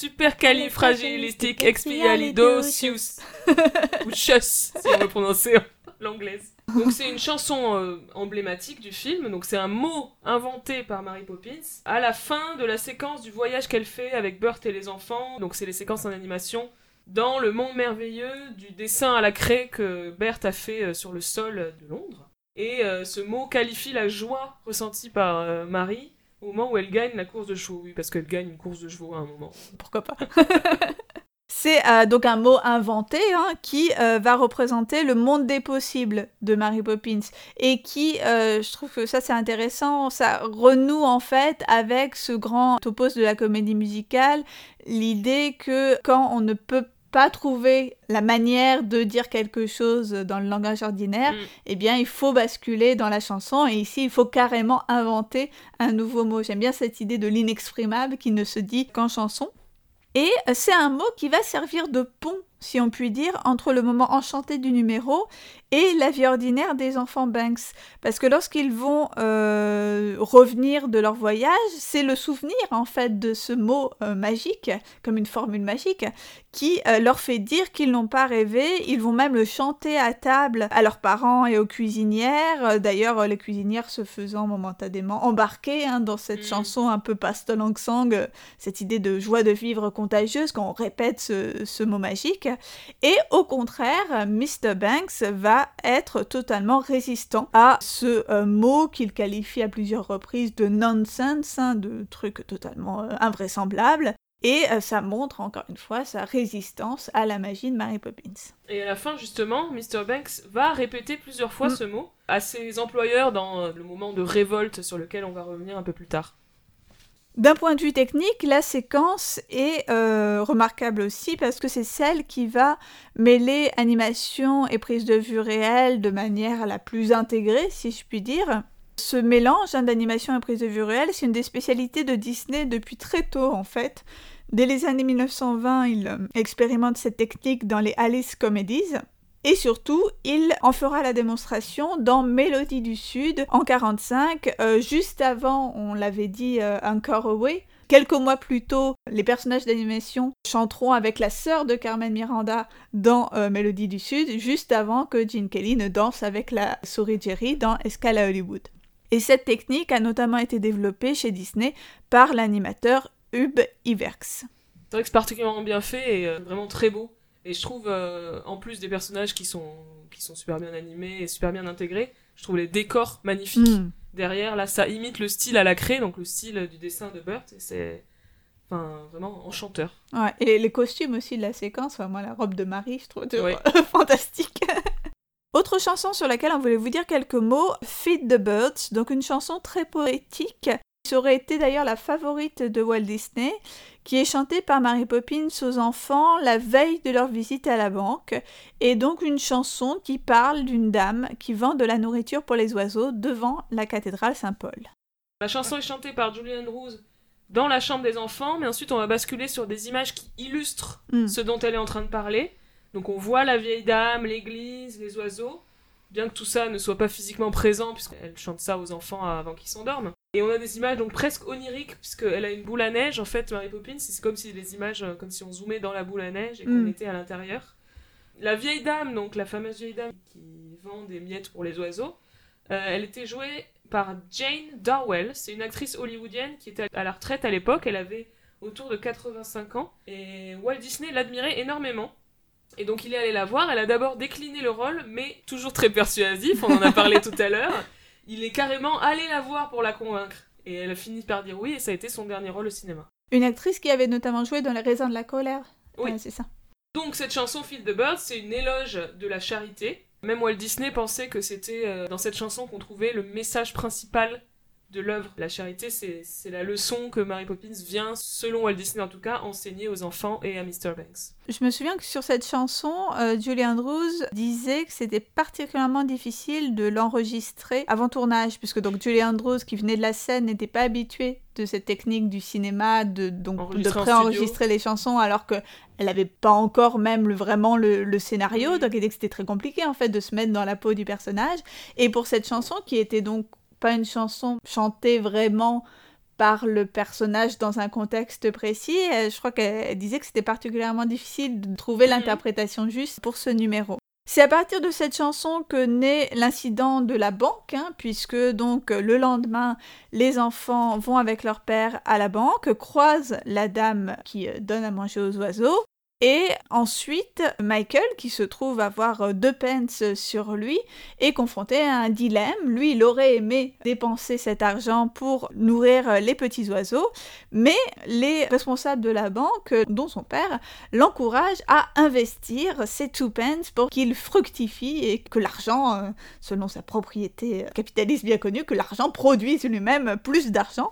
Supercalifragilisticexpialidocious, ou chus, si on veut prononcer l'anglaise. Donc c'est une chanson emblématique du film, donc c'est un mot inventé par Mary Poppins à la fin de la séquence du voyage qu'elle fait avec Bert et les enfants, donc c'est les séquences en animation dans le monde merveilleux du dessin à la craie que Bert a fait sur le sol de Londres. Et ce mot qualifie la joie ressentie par Marie au moment où elle gagne la course de chevaux. Oui, parce qu'elle gagne une course de chevaux à un moment. Pourquoi pas. C'est donc un mot inventé qui va représenter le monde des possibles de Mary Poppins et qui, je trouve que ça c'est intéressant, ça renoue en fait avec ce grand topos de la comédie musicale, l'idée que quand on ne peut pas trouver la manière de dire quelque chose dans le langage ordinaire, eh bien, il faut basculer dans la chanson, et ici, il faut carrément inventer un nouveau mot. J'aime bien cette idée de l'inexprimable qui ne se dit qu'en chanson. Et c'est un mot qui va servir de pont, si on peut dire, entre le moment enchanté du numéro et la vie ordinaire des enfants Banks. Parce que lorsqu'ils vont revenir de leur voyage, c'est le souvenir, en fait, de ce mot magique, comme une formule magique, qui leur fait dire qu'ils n'ont pas rêvé. Ils vont même le chanter à table à leurs parents et aux cuisinières. D'ailleurs, les cuisinières se faisant momentanément embarquer dans cette chanson un peu pastel-lang-sang, cette idée de joie de vivre contagieuse quand on répète ce mot magique. Et au contraire, Mr. Banks va être totalement résistant à ce mot qu'il qualifie à plusieurs reprises de nonsense, de truc totalement invraisemblable. Et ça montre encore une fois sa résistance à la magie de Mary Poppins. Et à la fin, justement, Mr. Banks va répéter plusieurs fois ce mot à ses employeurs dans le moment de révolte sur lequel on va revenir un peu plus tard. D'un point de vue technique, la séquence est remarquable aussi parce que c'est celle qui va mêler animation et prise de vue réelle de manière la plus intégrée, si je puis dire. Ce mélange d'animation et prise de vue réelle, c'est une des spécialités de Disney depuis très tôt en fait. Dès les années 1920, il expérimente cette technique dans les Alice Comedies. Et surtout, il en fera la démonstration dans Mélodie du Sud en 1945, juste avant, on l'avait dit, Encore Away. Quelques mois plus tôt, les personnages d'animation chanteront avec la sœur de Carmen Miranda dans Mélodie du Sud, juste avant que Gene Kelly ne danse avec la souris Jerry dans Escale à Hollywood. Et cette technique a notamment été développée chez Disney par l'animateur Ub Iwerks. C'est vrai que c'est particulièrement bien fait et vraiment très beau. Et je trouve, en plus des personnages qui sont super bien animés et super bien intégrés, je trouve les décors magnifiques. Derrière, là, ça imite le style à la craie, donc le style du dessin de Burt, et c'est vraiment enchanteur. Ouais, et les costumes aussi de la séquence, moi la robe de Marie, je trouve fantastique. Autre chanson sur laquelle on voulait vous dire quelques mots, Feed the Birds, donc une chanson très poétique, qui aurait été d'ailleurs la favorite de Walt Disney, qui est chantée par Mary Poppins aux enfants la veille de leur visite à la banque, et donc une chanson qui parle d'une dame qui vend de la nourriture pour les oiseaux devant la cathédrale Saint-Paul. La chanson est chantée par Julie Andrews dans la chambre des enfants, mais ensuite on va basculer sur des images qui illustrent ce dont elle est en train de parler. Donc on voit la vieille dame, l'église, les oiseaux, bien que tout ça ne soit pas physiquement présent, puisqu'elle chante ça aux enfants avant qu'ils s'endorment. Et on a des images donc presque oniriques, puisqu'elle a une boule à neige, en fait, Mary Poppins, c'est comme si les images, comme si on zoomait dans la boule à neige et qu'on était à l'intérieur. La vieille dame, donc la fameuse vieille dame qui vend des miettes pour les oiseaux, elle était jouée par Jane Darwell, c'est une actrice hollywoodienne qui était à la retraite à l'époque, elle avait autour de 85 ans, et Walt Disney l'admirait énormément. Et donc il est allé la voir, elle a d'abord décliné le rôle, mais toujours très persuasif, on en a parlé tout à l'heure. Il est carrément allé la voir pour la convaincre. Et elle a fini par dire oui, et ça a été son dernier rôle au cinéma. Une actrice qui avait notamment joué dans Les Raisins de la colère. Oui. C'est ça. Donc cette chanson Feed the Birds, c'est une éloge de la charité. Même Walt Disney pensait que c'était dans cette chanson qu'on trouvait le message principal de l'œuvre. La charité, c'est la leçon que Mary Poppins vient, selon Walt Disney en tout cas, enseigner aux enfants et à Mr. Banks. Je me souviens que sur cette chanson, Julie Andrews disait que c'était particulièrement difficile de l'enregistrer avant tournage, puisque donc Julie Andrews, qui venait de la scène, n'était pas habituée de cette technique du cinéma, de pré-enregistrer les chansons, alors qu'elle n'avait pas encore même vraiment le scénario, donc elle disait que c'était très compliqué en fait de se mettre dans la peau du personnage. Et pour cette chanson, qui était donc pas une chanson chantée vraiment par le personnage dans un contexte précis, je crois qu'elle disait que c'était particulièrement difficile de trouver l'interprétation juste pour ce numéro. C'est à partir de cette chanson que naît l'incident de la banque, puisque donc le lendemain, les enfants vont avec leur père à la banque, croisent la dame qui donne à manger aux oiseaux, et ensuite, Michael, qui se trouve avoir 2 pence sur lui, est confronté à un dilemme. Lui, il aurait aimé dépenser cet argent pour nourrir les petits oiseaux, mais les responsables de la banque, dont son père, l'encouragent à investir ces 2 pence pour qu'il fructifie et que l'argent, selon sa propriété capitaliste bien connue, que l'argent produise lui-même plus d'argent.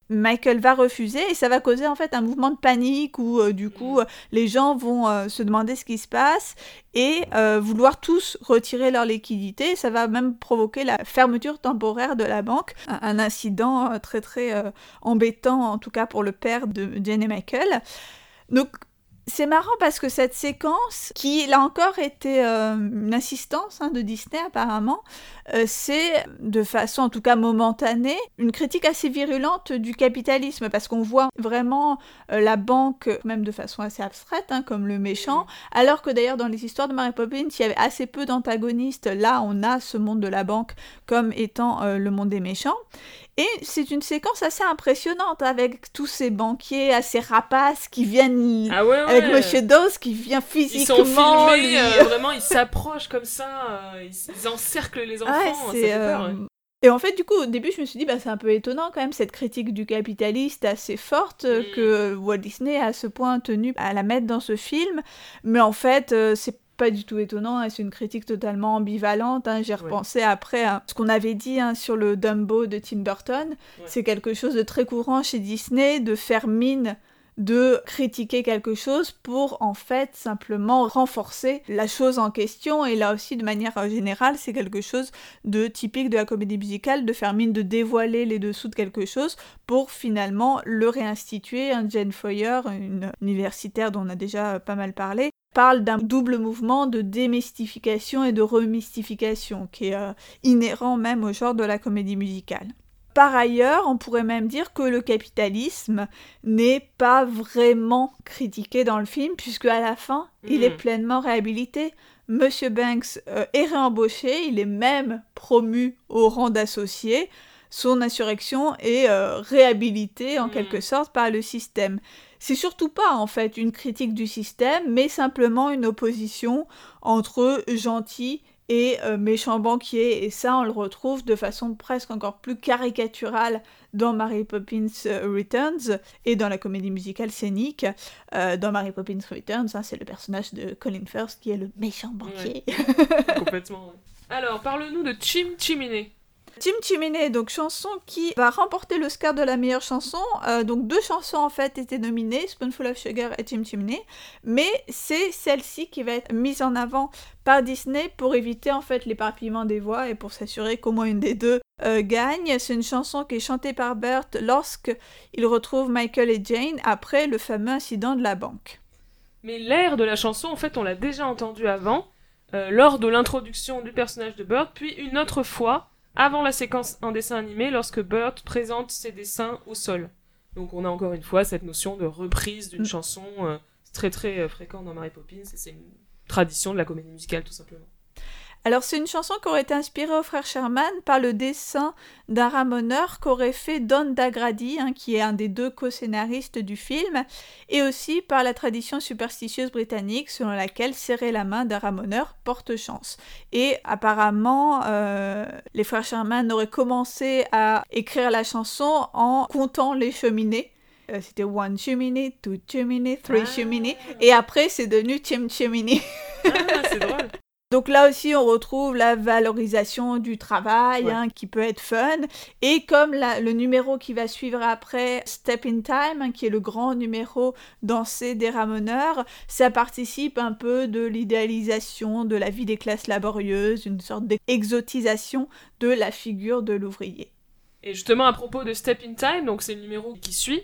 Michael va refuser et ça va causer en fait un mouvement de panique où du coup les gens vont se demander ce qui se passe et vouloir tous retirer leur liquidité. Ça va même provoquer la fermeture temporaire de la banque, un incident très très embêtant en tout cas pour le père de Jane et Michael. Donc c'est marrant parce que cette séquence, qui là encore était une insistance de Disney apparemment, c'est de façon en tout cas momentanée, une critique assez virulente du capitalisme parce qu'on voit vraiment la banque, même de façon assez abstraite, comme le méchant, alors que d'ailleurs dans les histoires de Mary Poppins, il y avait assez peu d'antagonistes. Là, on a ce monde de la banque comme étant le monde des méchants. Et c'est une séquence assez impressionnante avec tous ces banquiers assez rapaces qui viennent avec Monsieur Dawes qui vient physiquement. Ils sont filmés, vraiment ils s'approchent comme ça, ils encerclent les enfants, ça fait peur. Et en fait, du coup, au début, je me suis dit, c'est un peu étonnant quand même, cette critique du capitaliste assez forte que Walt Disney a à ce point tenu à la mettre dans ce film. Mais en fait, c'est pas du tout étonnant, c'est une critique totalement ambivalente. J'ai repensé après ce qu'on avait dit sur le Dumbo de Tim Burton. C'est quelque chose de très courant chez Disney, de faire mine de critiquer quelque chose pour en fait simplement renforcer la chose en question. Et là aussi, de manière générale, c'est quelque chose de typique de la comédie musicale, de faire mine de dévoiler les dessous de quelque chose pour finalement le réinstituer. Jane Foyer, une universitaire dont on a déjà pas mal parlé, parle d'un double mouvement de démystification et de remystification qui est inhérent même au genre de la comédie musicale. Par ailleurs, on pourrait même dire que le capitalisme n'est pas vraiment critiqué dans le film, puisque à la fin, il est pleinement réhabilité. Monsieur Banks est réembauché, il est même promu au rang d'associé. Son insurrection est réhabilitée en quelque sorte par le système. C'est surtout pas en fait une critique du système, mais simplement une opposition entre gentils et méchant banquier, et ça on le retrouve de façon presque encore plus caricaturale dans Mary Poppins Returns et dans la comédie musicale scénique. Dans Mary Poppins Returns, c'est le personnage de Colin Firth qui est le méchant banquier. Complètement. Alors, parle-nous de Chim Chimney. Chim Chimney, donc chanson qui va remporter l'Oscar de la meilleure chanson. Donc 2 chansons en fait étaient nominées, Spoonful of Sugar et Chim Chimney, mais c'est celle-ci qui va être mise en avant par Disney pour éviter en fait l'éparpillement des voix et pour s'assurer qu'au moins une des deux gagne. C'est une chanson qui est chantée par Bert lorsqu'il retrouve Michael et Jane après le fameux incident de la banque. Mais l'air de la chanson, en fait, on l'a déjà entendu avant, lors de l'introduction du personnage de Bert, puis une autre fois avant la séquence en dessin animé, lorsque Bert présente ses dessins au sol. Donc on a encore une fois cette notion de reprise d'une chanson, c'est très très fréquent dans Mary Poppins, et c'est une tradition de la comédie musicale tout simplement. Alors c'est une chanson qui aurait été inspirée aux frères Sherman par le dessin d'un ramoneur qu'aurait fait Don DaGrady, qui est un des 2 co-scénaristes du film, et aussi par la tradition superstitieuse britannique selon laquelle serrer la main d'un ramoneur porte chance. Et apparemment, les frères Sherman auraient commencé à écrire la chanson en comptant les cheminées. C'était 1 chimney, 2 chimney, 3 chimney, et après c'est devenu Chim Chimney. C'est drôle. Donc là aussi, on retrouve la valorisation du travail, qui peut être fun. Et comme le numéro qui va suivre après, Step in Time, qui est le grand numéro dansé des ramoneurs, ça participe un peu de l'idéalisation de la vie des classes laborieuses, une sorte d'exotisation de la figure de l'ouvrier. Et justement, à propos de Step in Time, donc c'est le numéro qui suit,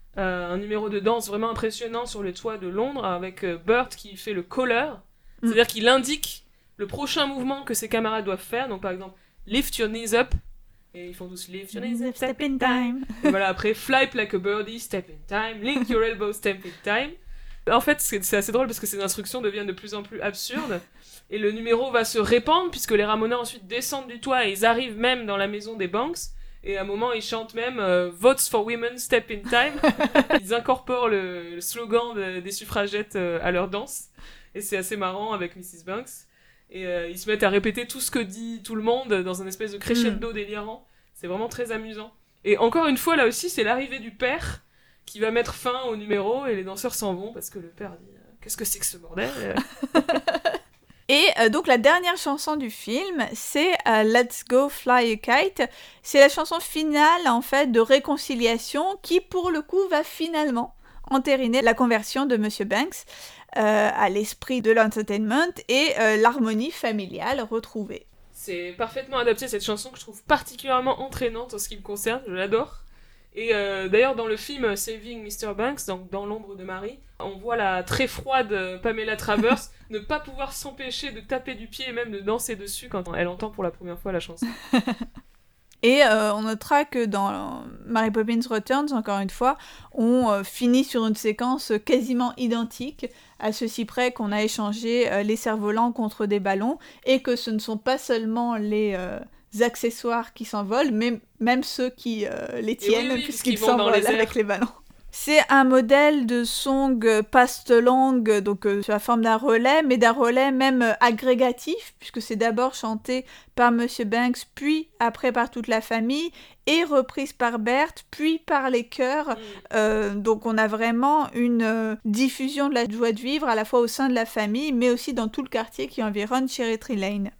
un numéro de danse vraiment impressionnant sur les toits de Londres, avec Bert qui fait le caller, c'est-à-dire qu'il indique le prochain mouvement que ses camarades doivent faire, donc par exemple, lift your knees up, et ils font tous lift your knees up, step in time. Et voilà, après, fly like a birdie, step in time, link your elbow, step in time. En fait, c'est assez drôle parce que ces instructions deviennent de plus en plus absurdes, et le numéro va se répandre puisque les ramoneurs ensuite descendent du toit et ils arrivent même dans la maison des Banks, et à un moment, ils chantent même Votes for Women, Step in Time. Ils incorporent le slogan des suffragettes à leur danse, et c'est assez marrant avec Mrs. Banks. Et ils se mettent à répéter tout ce que dit tout le monde dans un espèce de crescendo délirant. C'est vraiment très amusant. Et encore une fois, là aussi, c'est l'arrivée du père qui va mettre fin au numéro et les danseurs s'en vont parce que le père dit « Qu'est-ce que c'est que ce bordel ?» Et donc la dernière chanson du film, c'est Let's Go Fly a Kite. C'est la chanson finale en fait de réconciliation qui pour le coup va finalement entériner la conversion de Monsieur Banks à l'esprit de l'entertainment et l'harmonie familiale retrouvée. C'est parfaitement adapté cette chanson que je trouve particulièrement entraînante en ce qui me concerne, je l'adore. Et d'ailleurs dans le film Saving Mr. Banks, donc dans l'ombre de Marie, on voit la très froide Pamela Travers ne pas pouvoir s'empêcher de taper du pied et même de danser dessus quand elle entend pour la première fois la chanson. Et on notera que dans Mary Poppins Returns, encore une fois, on finit sur une séquence quasiment identique, à ceci près qu'on a échangé les cerfs-volants contre des ballons, et que ce ne sont pas seulement les accessoires qui s'envolent, mais même ceux qui les tiennent, puisqu'ils s'envolent avec les ballons. C'est un modèle de song paste-long, donc sur la forme d'un relais, mais d'un relais même agrégatif, puisque c'est d'abord chanté par Monsieur Banks, puis après par toute la famille, et reprise par Berthe, puis par les chœurs. Donc on a vraiment une diffusion de la joie de vivre, à la fois au sein de la famille, mais aussi dans tout le quartier qui environne Cherry Tree Lane.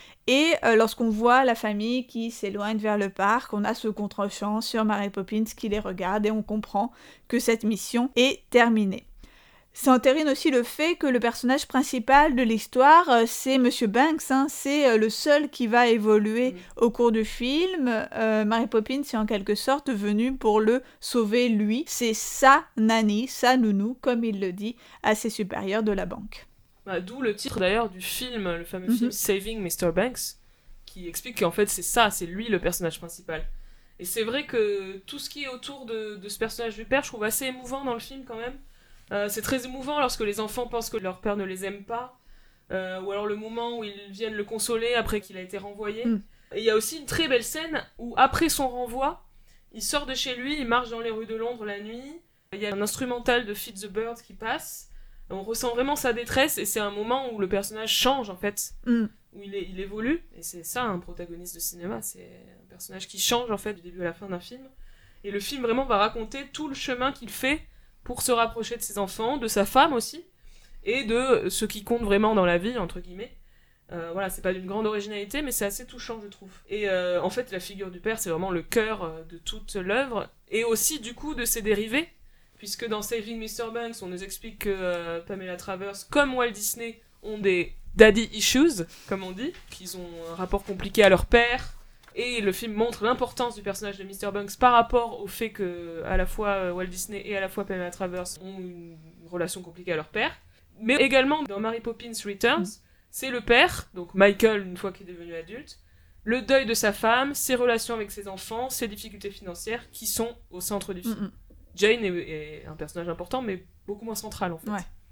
Et lorsqu'on voit la famille qui s'éloigne vers le parc, on a ce contre-champ sur Mary Poppins qui les regarde et on comprend que cette mission est terminée. Ça entérine aussi le fait que le personnage principal de l'histoire, c'est Monsieur Banks, c'est le seul qui va évoluer au cours du film. Mary Poppins est en quelque sorte venue pour le sauver lui. C'est sa nanny, sa nounou, comme il le dit à ses supérieurs de la banque. D'où le titre d'ailleurs du film, le fameux film Saving Mr. Banks, qui explique qu'en fait c'est lui le personnage principal. Et c'est vrai que tout ce qui est autour de ce personnage du père, je trouve assez émouvant dans le film quand même. C'est très émouvant lorsque les enfants pensent que leur père ne les aime pas, ou alors le moment où ils viennent le consoler après qu'il a été renvoyé. Et il y a aussi une très belle scène où après son renvoi, il sort de chez lui, il marche dans les rues de Londres la nuit, il y a un instrumental de Feed the Bird qui passe. On ressent vraiment sa détresse et c'est un moment où le personnage change en fait, où il évolue, et c'est ça un protagoniste de cinéma, c'est un personnage qui change en fait du début à la fin d'un film, et le film vraiment va raconter tout le chemin qu'il fait pour se rapprocher de ses enfants, de sa femme aussi, et de ce qui compte vraiment dans la vie, entre guillemets. Voilà, c'est pas d'une grande originalité, mais c'est assez touchant je trouve. Et en fait la figure du père c'est vraiment le cœur de toute l'œuvre, et aussi du coup de ses dérivés, puisque dans Saving Mr. Banks, on nous explique que Pamela Travers, comme Walt Disney, ont des daddy issues, comme on dit, qu'ils ont un rapport compliqué à leur père, et le film montre l'importance du personnage de Mr. Banks par rapport au fait que à la fois Walt Disney et à la fois Pamela Travers ont une relation compliquée à leur père. Mais également dans Mary Poppins Returns, c'est le père, donc Michael une fois qu'il est devenu adulte, le deuil de sa femme, ses relations avec ses enfants, ses difficultés financières qui sont au centre du film. Jane est un personnage important, mais beaucoup moins central, en fait.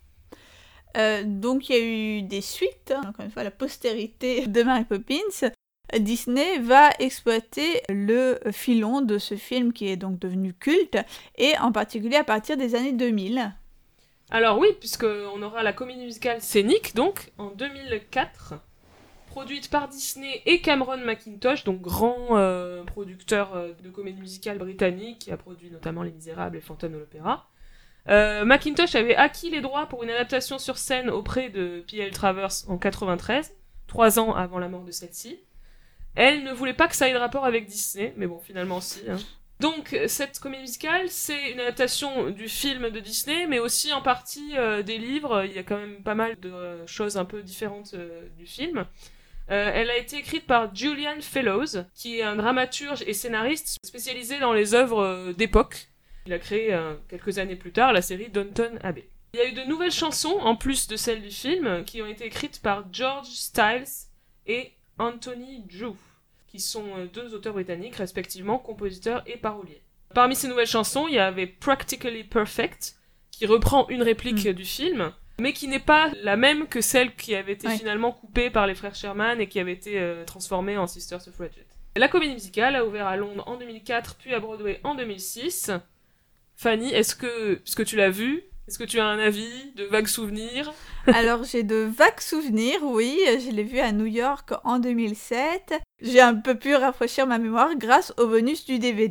Ouais. Donc, il y a eu des suites, encore une fois, la postérité de Mary Poppins. Disney va exploiter le filon de ce film qui est donc devenu culte, et en particulier à partir des années 2000. Alors oui, puisqu'on aura la comédie musicale scénique, donc, en 2004, produite par Disney et Cameron Mackintosh, donc grand producteur de comédie musicale britannique, qui a produit notamment Les Misérables et Phantom de l'Opéra. Mackintosh avait acquis les droits pour une adaptation sur scène auprès de P.L. Travers en 93, 3 ans avant la mort de celle-ci. Elle ne voulait pas que ça ait de rapport avec Disney, mais bon, finalement si. Donc, cette comédie musicale, c'est une adaptation du film de Disney, mais aussi en partie des livres. Il y a quand même pas mal de choses un peu différentes du film. Elle a été écrite par Julian Fellowes, qui est un dramaturge et scénariste spécialisé dans les œuvres d'époque. Il a créé, quelques années plus tard, la série Downton Abbey. Il y a eu de nouvelles chansons, en plus de celles du film, qui ont été écrites par George Stiles et Anthony Drew, qui sont 2 auteurs britanniques, respectivement compositeurs et paroliers. Parmi ces nouvelles chansons, il y avait Practically Perfect, qui reprend une réplique du film, mais qui n'est pas la même que celle qui avait été finalement coupée par les frères Sherman et qui avait été transformée en Sister Suffragette. La comédie musicale a ouvert à Londres en 2004, puis à Broadway en 2006. Fanny, puisque tu l'as vu, est-ce que tu as un avis, de vagues souvenirs ? Alors j'ai de vagues souvenirs, oui, je l'ai vu à New York en 2007. J'ai un peu pu rafraîchir ma mémoire grâce au bonus du DVD.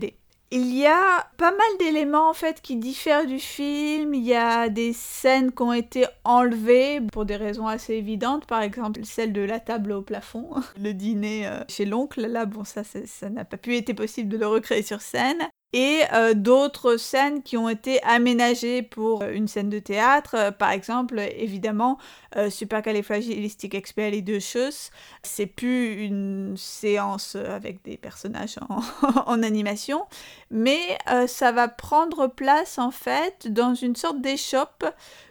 Il y a pas mal d'éléments en fait qui diffèrent du film. Il y a des scènes qui ont été enlevées pour des raisons assez évidentes. Par exemple, celle de la table au plafond, le dîner chez l'oncle. Là, bon, ça n'a pas pu être possible de le recréer sur scène. Et d'autres scènes qui ont été aménagées pour une scène de théâtre. Par exemple, évidemment, Supercalifragilisticexpialidocious, c'est plus une séance avec des personnages en animation, mais ça va prendre place en fait dans une sorte d'échoppe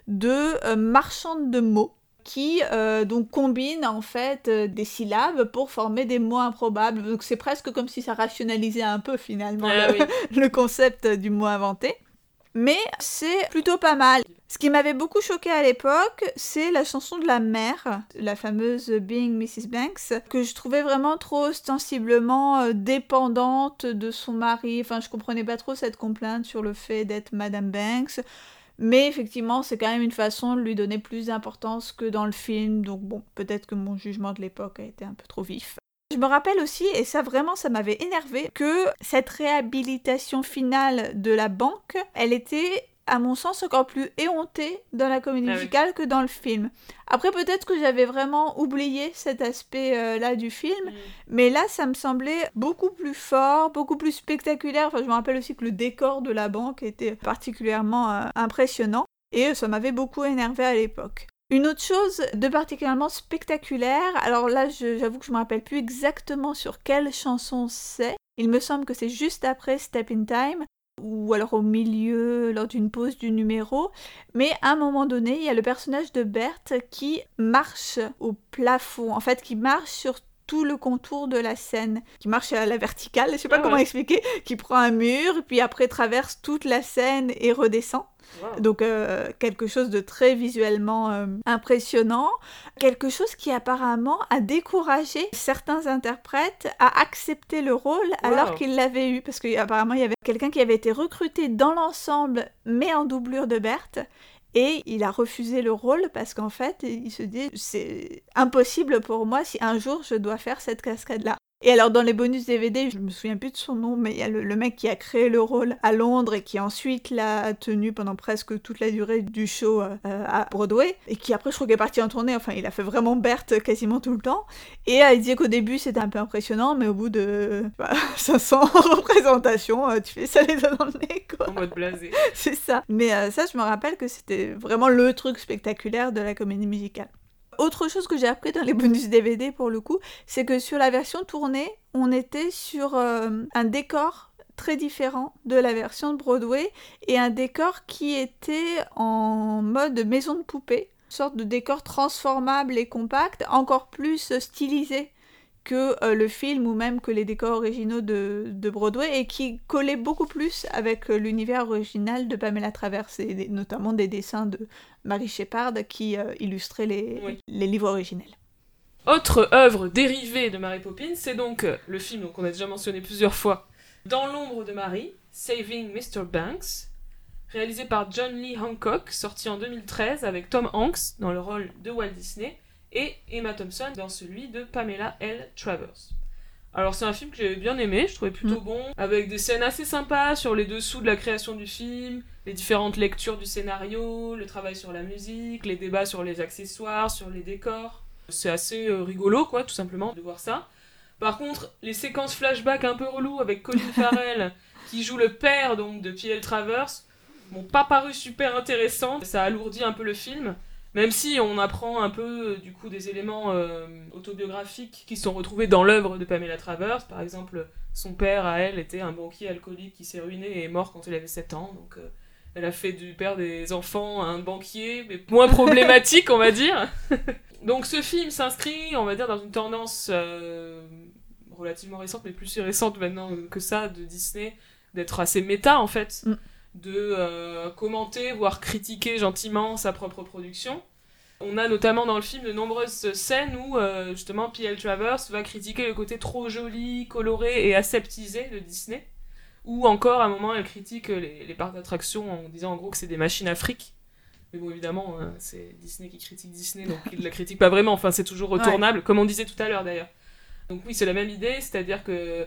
de marchandes de mots qui donc combine en fait des syllabes pour former des mots improbables. Donc c'est presque comme si ça rationalisait un peu finalement le concept du mot inventé. Mais c'est plutôt pas mal. Ce qui m'avait beaucoup choqué à l'époque, c'est la chanson de la mère, la fameuse Being Mrs. Banks, que je trouvais vraiment trop ostensiblement dépendante de son mari. Enfin, je comprenais pas trop cette complainte sur le fait d'être Madame Banks. Mais effectivement, c'est quand même une façon de lui donner plus d'importance que dans le film. Donc bon, peut-être que mon jugement de l'époque a été un peu trop vif. Je me rappelle aussi, et ça vraiment ça m'avait énervé, que cette réhabilitation finale de la banque, elle était à mon sens encore plus éhontée dans la comédie musicale que dans le film. Après peut-être que j'avais vraiment oublié cet aspect-là du film, mais là ça me semblait beaucoup plus fort, beaucoup plus spectaculaire. Enfin je me rappelle aussi que le décor de la banque était particulièrement impressionnant, et ça m'avait beaucoup énervé à l'époque. Une autre chose de particulièrement spectaculaire, alors là j'avoue que je me rappelle plus exactement sur quelle chanson c'est, il me semble que c'est juste après Step in Time, ou alors au milieu, lors d'une pause du numéro, mais à un moment donné, il y a le personnage de Berthe qui marche au plafond, en fait qui marche sur tout le contour de la scène, qui marche à la verticale, je sais pas comment expliquer, qui prend un mur, puis après traverse toute la scène et redescend. Wow. Donc quelque chose de très visuellement impressionnant, quelque chose qui apparemment a découragé certains interprètes à accepter le rôle alors qu'ils l'avaient eu, parce qu'apparemment il y avait quelqu'un qui avait été recruté dans l'ensemble mais en doublure de Berthe, et il a refusé le rôle parce qu'en fait il se dit c'est impossible pour moi si un jour je dois faire cette cascade-là. Et alors dans les bonus DVD, je me souviens plus de son nom, mais il y a le mec qui a créé le rôle à Londres et qui ensuite l'a tenu pendant presque toute la durée du show à Broadway, et qui après je crois qu'il est parti en tournée, enfin il a fait vraiment Berthe quasiment tout le temps, et il disait qu'au début c'était un peu impressionnant, mais au bout de 500 représentations, tu fais ça les doigts dans le nez quoi. En mode blasé. C'est ça. Mais ça je me rappelle que c'était vraiment le truc spectaculaire de la comédie musicale. Autre chose que j'ai appris dans les bonus DVD pour le coup, c'est que sur la version tournée, on était sur un décor très différent de la version de Broadway, et un décor qui était en mode maison de poupée, une sorte de décor transformable et compact, encore plus stylisé que le film ou même que les décors originaux de Broadway, et qui collait beaucoup plus avec l'univers original de Pamela Travers, et notamment des dessins de Mary Shepard qui illustraient les livres originels. Autre œuvre dérivée de Mary Poppins, c'est donc le film qu'on a déjà mentionné plusieurs fois, Dans l'ombre de Mary, Saving Mr. Banks, réalisé par John Lee Hancock, sorti en 2013 avec Tom Hanks dans le rôle de Walt Disney et Emma Thompson dans celui de Pamela L. Travers. Alors c'est un film que j'avais bien aimé, je trouvais plutôt bon, avec des scènes assez sympas sur les dessous de la création du film, les différentes lectures du scénario, le travail sur la musique, les débats sur les accessoires, sur les décors. C'est assez rigolo quoi, tout simplement, de voir ça. Par contre, les séquences flashback un peu relou avec Colin Farrell qui joue le père donc de P.L. Travers m'ont pas paru super intéressantes, ça alourdit un peu le film. Même si on apprend un peu du coup des éléments autobiographiques qui sont retrouvés dans l'œuvre de Pamela Travers. Par exemple, son père à elle était un banquier alcoolique qui s'est ruiné et est mort quand elle avait 7 ans. Donc elle a fait du père des enfants un banquier, mais moins problématique on va dire. Donc ce film s'inscrit, on va dire, dans une tendance relativement récente, mais plus récente maintenant que ça, de Disney, d'être assez méta en fait. De commenter, voire critiquer gentiment sa propre production. On a notamment dans le film de nombreuses scènes où justement P.L. Travers va critiquer le côté trop joli, coloré et aseptisé de Disney, ou encore à un moment elle critique les parcs d'attractions en disant en gros que c'est des machines à fric. Mais bon évidemment c'est Disney qui critique Disney, donc il la critique pas vraiment, enfin c'est toujours retournable, comme on disait tout à l'heure d'ailleurs. Donc oui c'est la même idée, c'est-à-dire que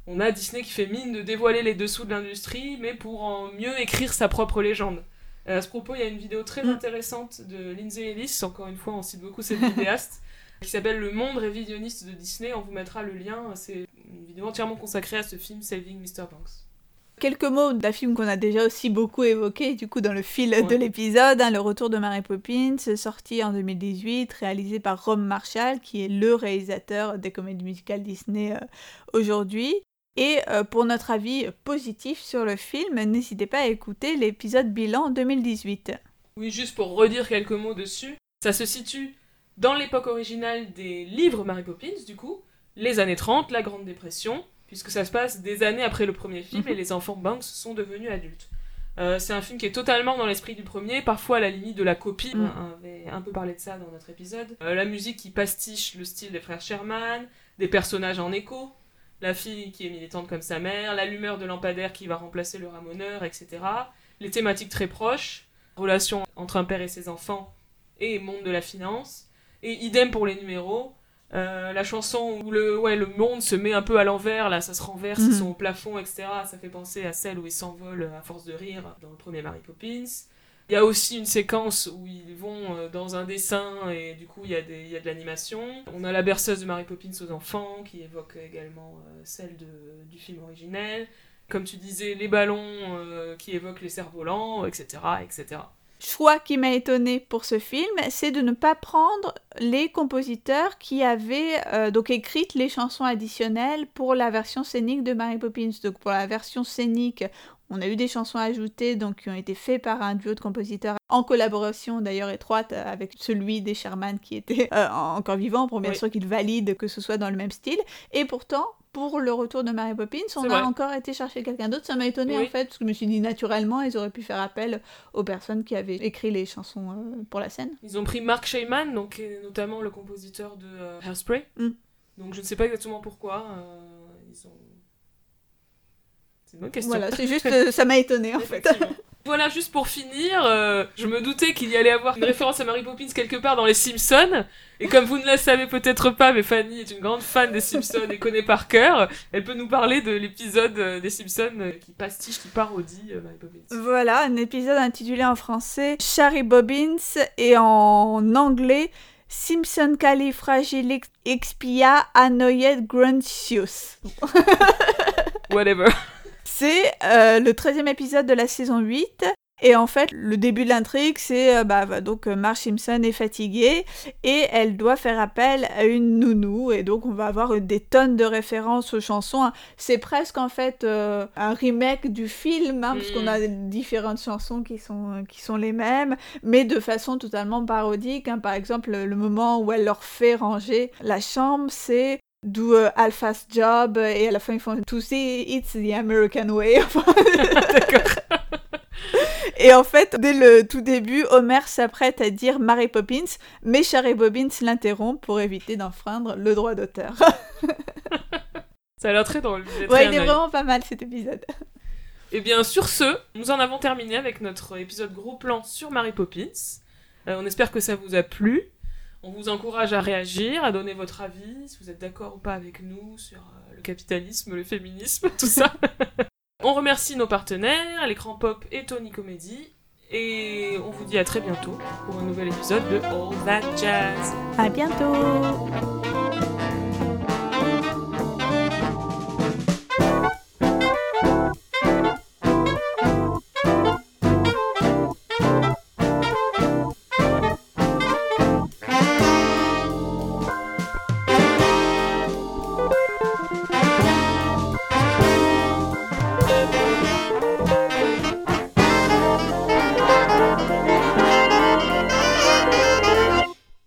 on a Disney qui fait mine de dévoiler les dessous de l'industrie, mais pour en mieux écrire sa propre légende. À ce propos, il y a une vidéo très intéressante de Lindsay Ellis, encore une fois, on cite beaucoup cette vidéaste, qui s'appelle Le monde révisionniste de Disney. On vous mettra le lien, c'est une vidéo entièrement consacrée à ce film Saving Mr. Banks. Quelques mots d'un film qu'on a déjà aussi beaucoup évoqué, du coup, dans le fil de l'épisode, Le retour de Mary Poppins, sorti en 2018, réalisé par Rob Marshall, qui est le réalisateur des comédies musicales Disney aujourd'hui. Et pour notre avis positif sur le film, n'hésitez pas à écouter l'épisode bilan 2018. Oui, juste pour redire quelques mots dessus, ça se situe dans l'époque originale des livres Mary Poppins, du coup, les années 30, la Grande Dépression, puisque ça se passe des années après le premier film et les enfants Banks sont devenus adultes. C'est un film qui est totalement dans l'esprit du premier, parfois à la limite de la copie, on avait un peu parlé de ça dans notre épisode. La musique qui pastiche le style des frères Sherman, des personnages en écho, la fille qui est militante comme sa mère, l'allumeur de lampadaire qui va remplacer le ramoneur, etc. Les thématiques très proches, relations entre un père et ses enfants et monde de la finance, et idem pour les numéros. La chanson où le monde se met un peu à l'envers, là ça se renverse, ils sont au plafond, etc. Ça fait penser à celle où ils s'envolent à force de rire dans le premier Mary Poppins. Il y a aussi une séquence où ils vont dans un dessin et du coup il y a de l'animation. On a la berceuse de Mary Poppins aux enfants qui évoque également celle du film originel. Comme tu disais, les ballons qui évoquent les cerfs-volants, etc., etc. Choix qui m'a étonnée pour ce film, c'est de ne pas prendre les compositeurs qui avaient donc écrit les chansons additionnelles pour la version scénique de Mary Poppins. Donc pour la version scénique, on a eu des chansons ajoutées donc, qui ont été faites par un duo de compositeurs en collaboration d'ailleurs étroite avec celui des Sherman qui était encore vivant pour bien sûr qu'il valide que ce soit dans le même style. Et pourtant, pour le retour de Mary Poppins, on a encore été chercher quelqu'un d'autre. Ça m'a étonnée en fait, parce que je me suis dit naturellement, ils auraient pu faire appel aux personnes qui avaient écrit les chansons pour la scène. Ils ont pris Mark Shaiman, donc notamment le compositeur de Hairspray. Donc je ne sais pas exactement pourquoi. C'est une bonne question. Voilà, c'est juste, ça m'a étonnée en fait. Voilà, juste pour finir, je me doutais qu'il y allait avoir une référence à Mary Poppins quelque part dans les Simpsons, et comme vous ne le savez peut-être pas, mais Fanny est une grande fan des Simpsons et connaît par cœur, elle peut nous parler de l'épisode des Simpsons qui pastiche, qui parodie Mary Poppins. Voilà, un épisode intitulé en français Shari Bobbins et en anglais Simpson Califragilisticexpialidocious Annoyed Gruncious. Whatever. C'est le 13e épisode de la saison 8. Et en fait, le début de l'intrigue, c'est donc Marge Simpson est fatiguée et elle doit faire appel à une nounou. Et donc, on va avoir des tonnes de références aux chansons. C'est presque en fait un remake du film, parce qu'on a différentes chansons qui sont les mêmes, mais de façon totalement parodique. Par exemple, le moment où elle leur fait ranger la chambre, c'est do a fast job, et à la fin ils font to see it's the American way. D'accord. Et en fait, dès le tout début, Homer s'apprête à dire Mary Poppins, mais Shari Bobbins l'interrompt pour éviter d'enfreindre le droit d'auteur. Ça a l'air très drôle. Il est vraiment pas mal cet épisode. Et bien sur ce, nous en avons terminé avec notre épisode gros plan sur Mary Poppins. On espère que ça vous a plu. On vous encourage à réagir, à donner votre avis, si vous êtes d'accord ou pas avec nous sur le capitalisme, le féminisme, tout ça. On remercie nos partenaires, l'écran pop et Tony Comedy. Et on vous dit à très bientôt pour un nouvel épisode de All That Jazz. À bientôt.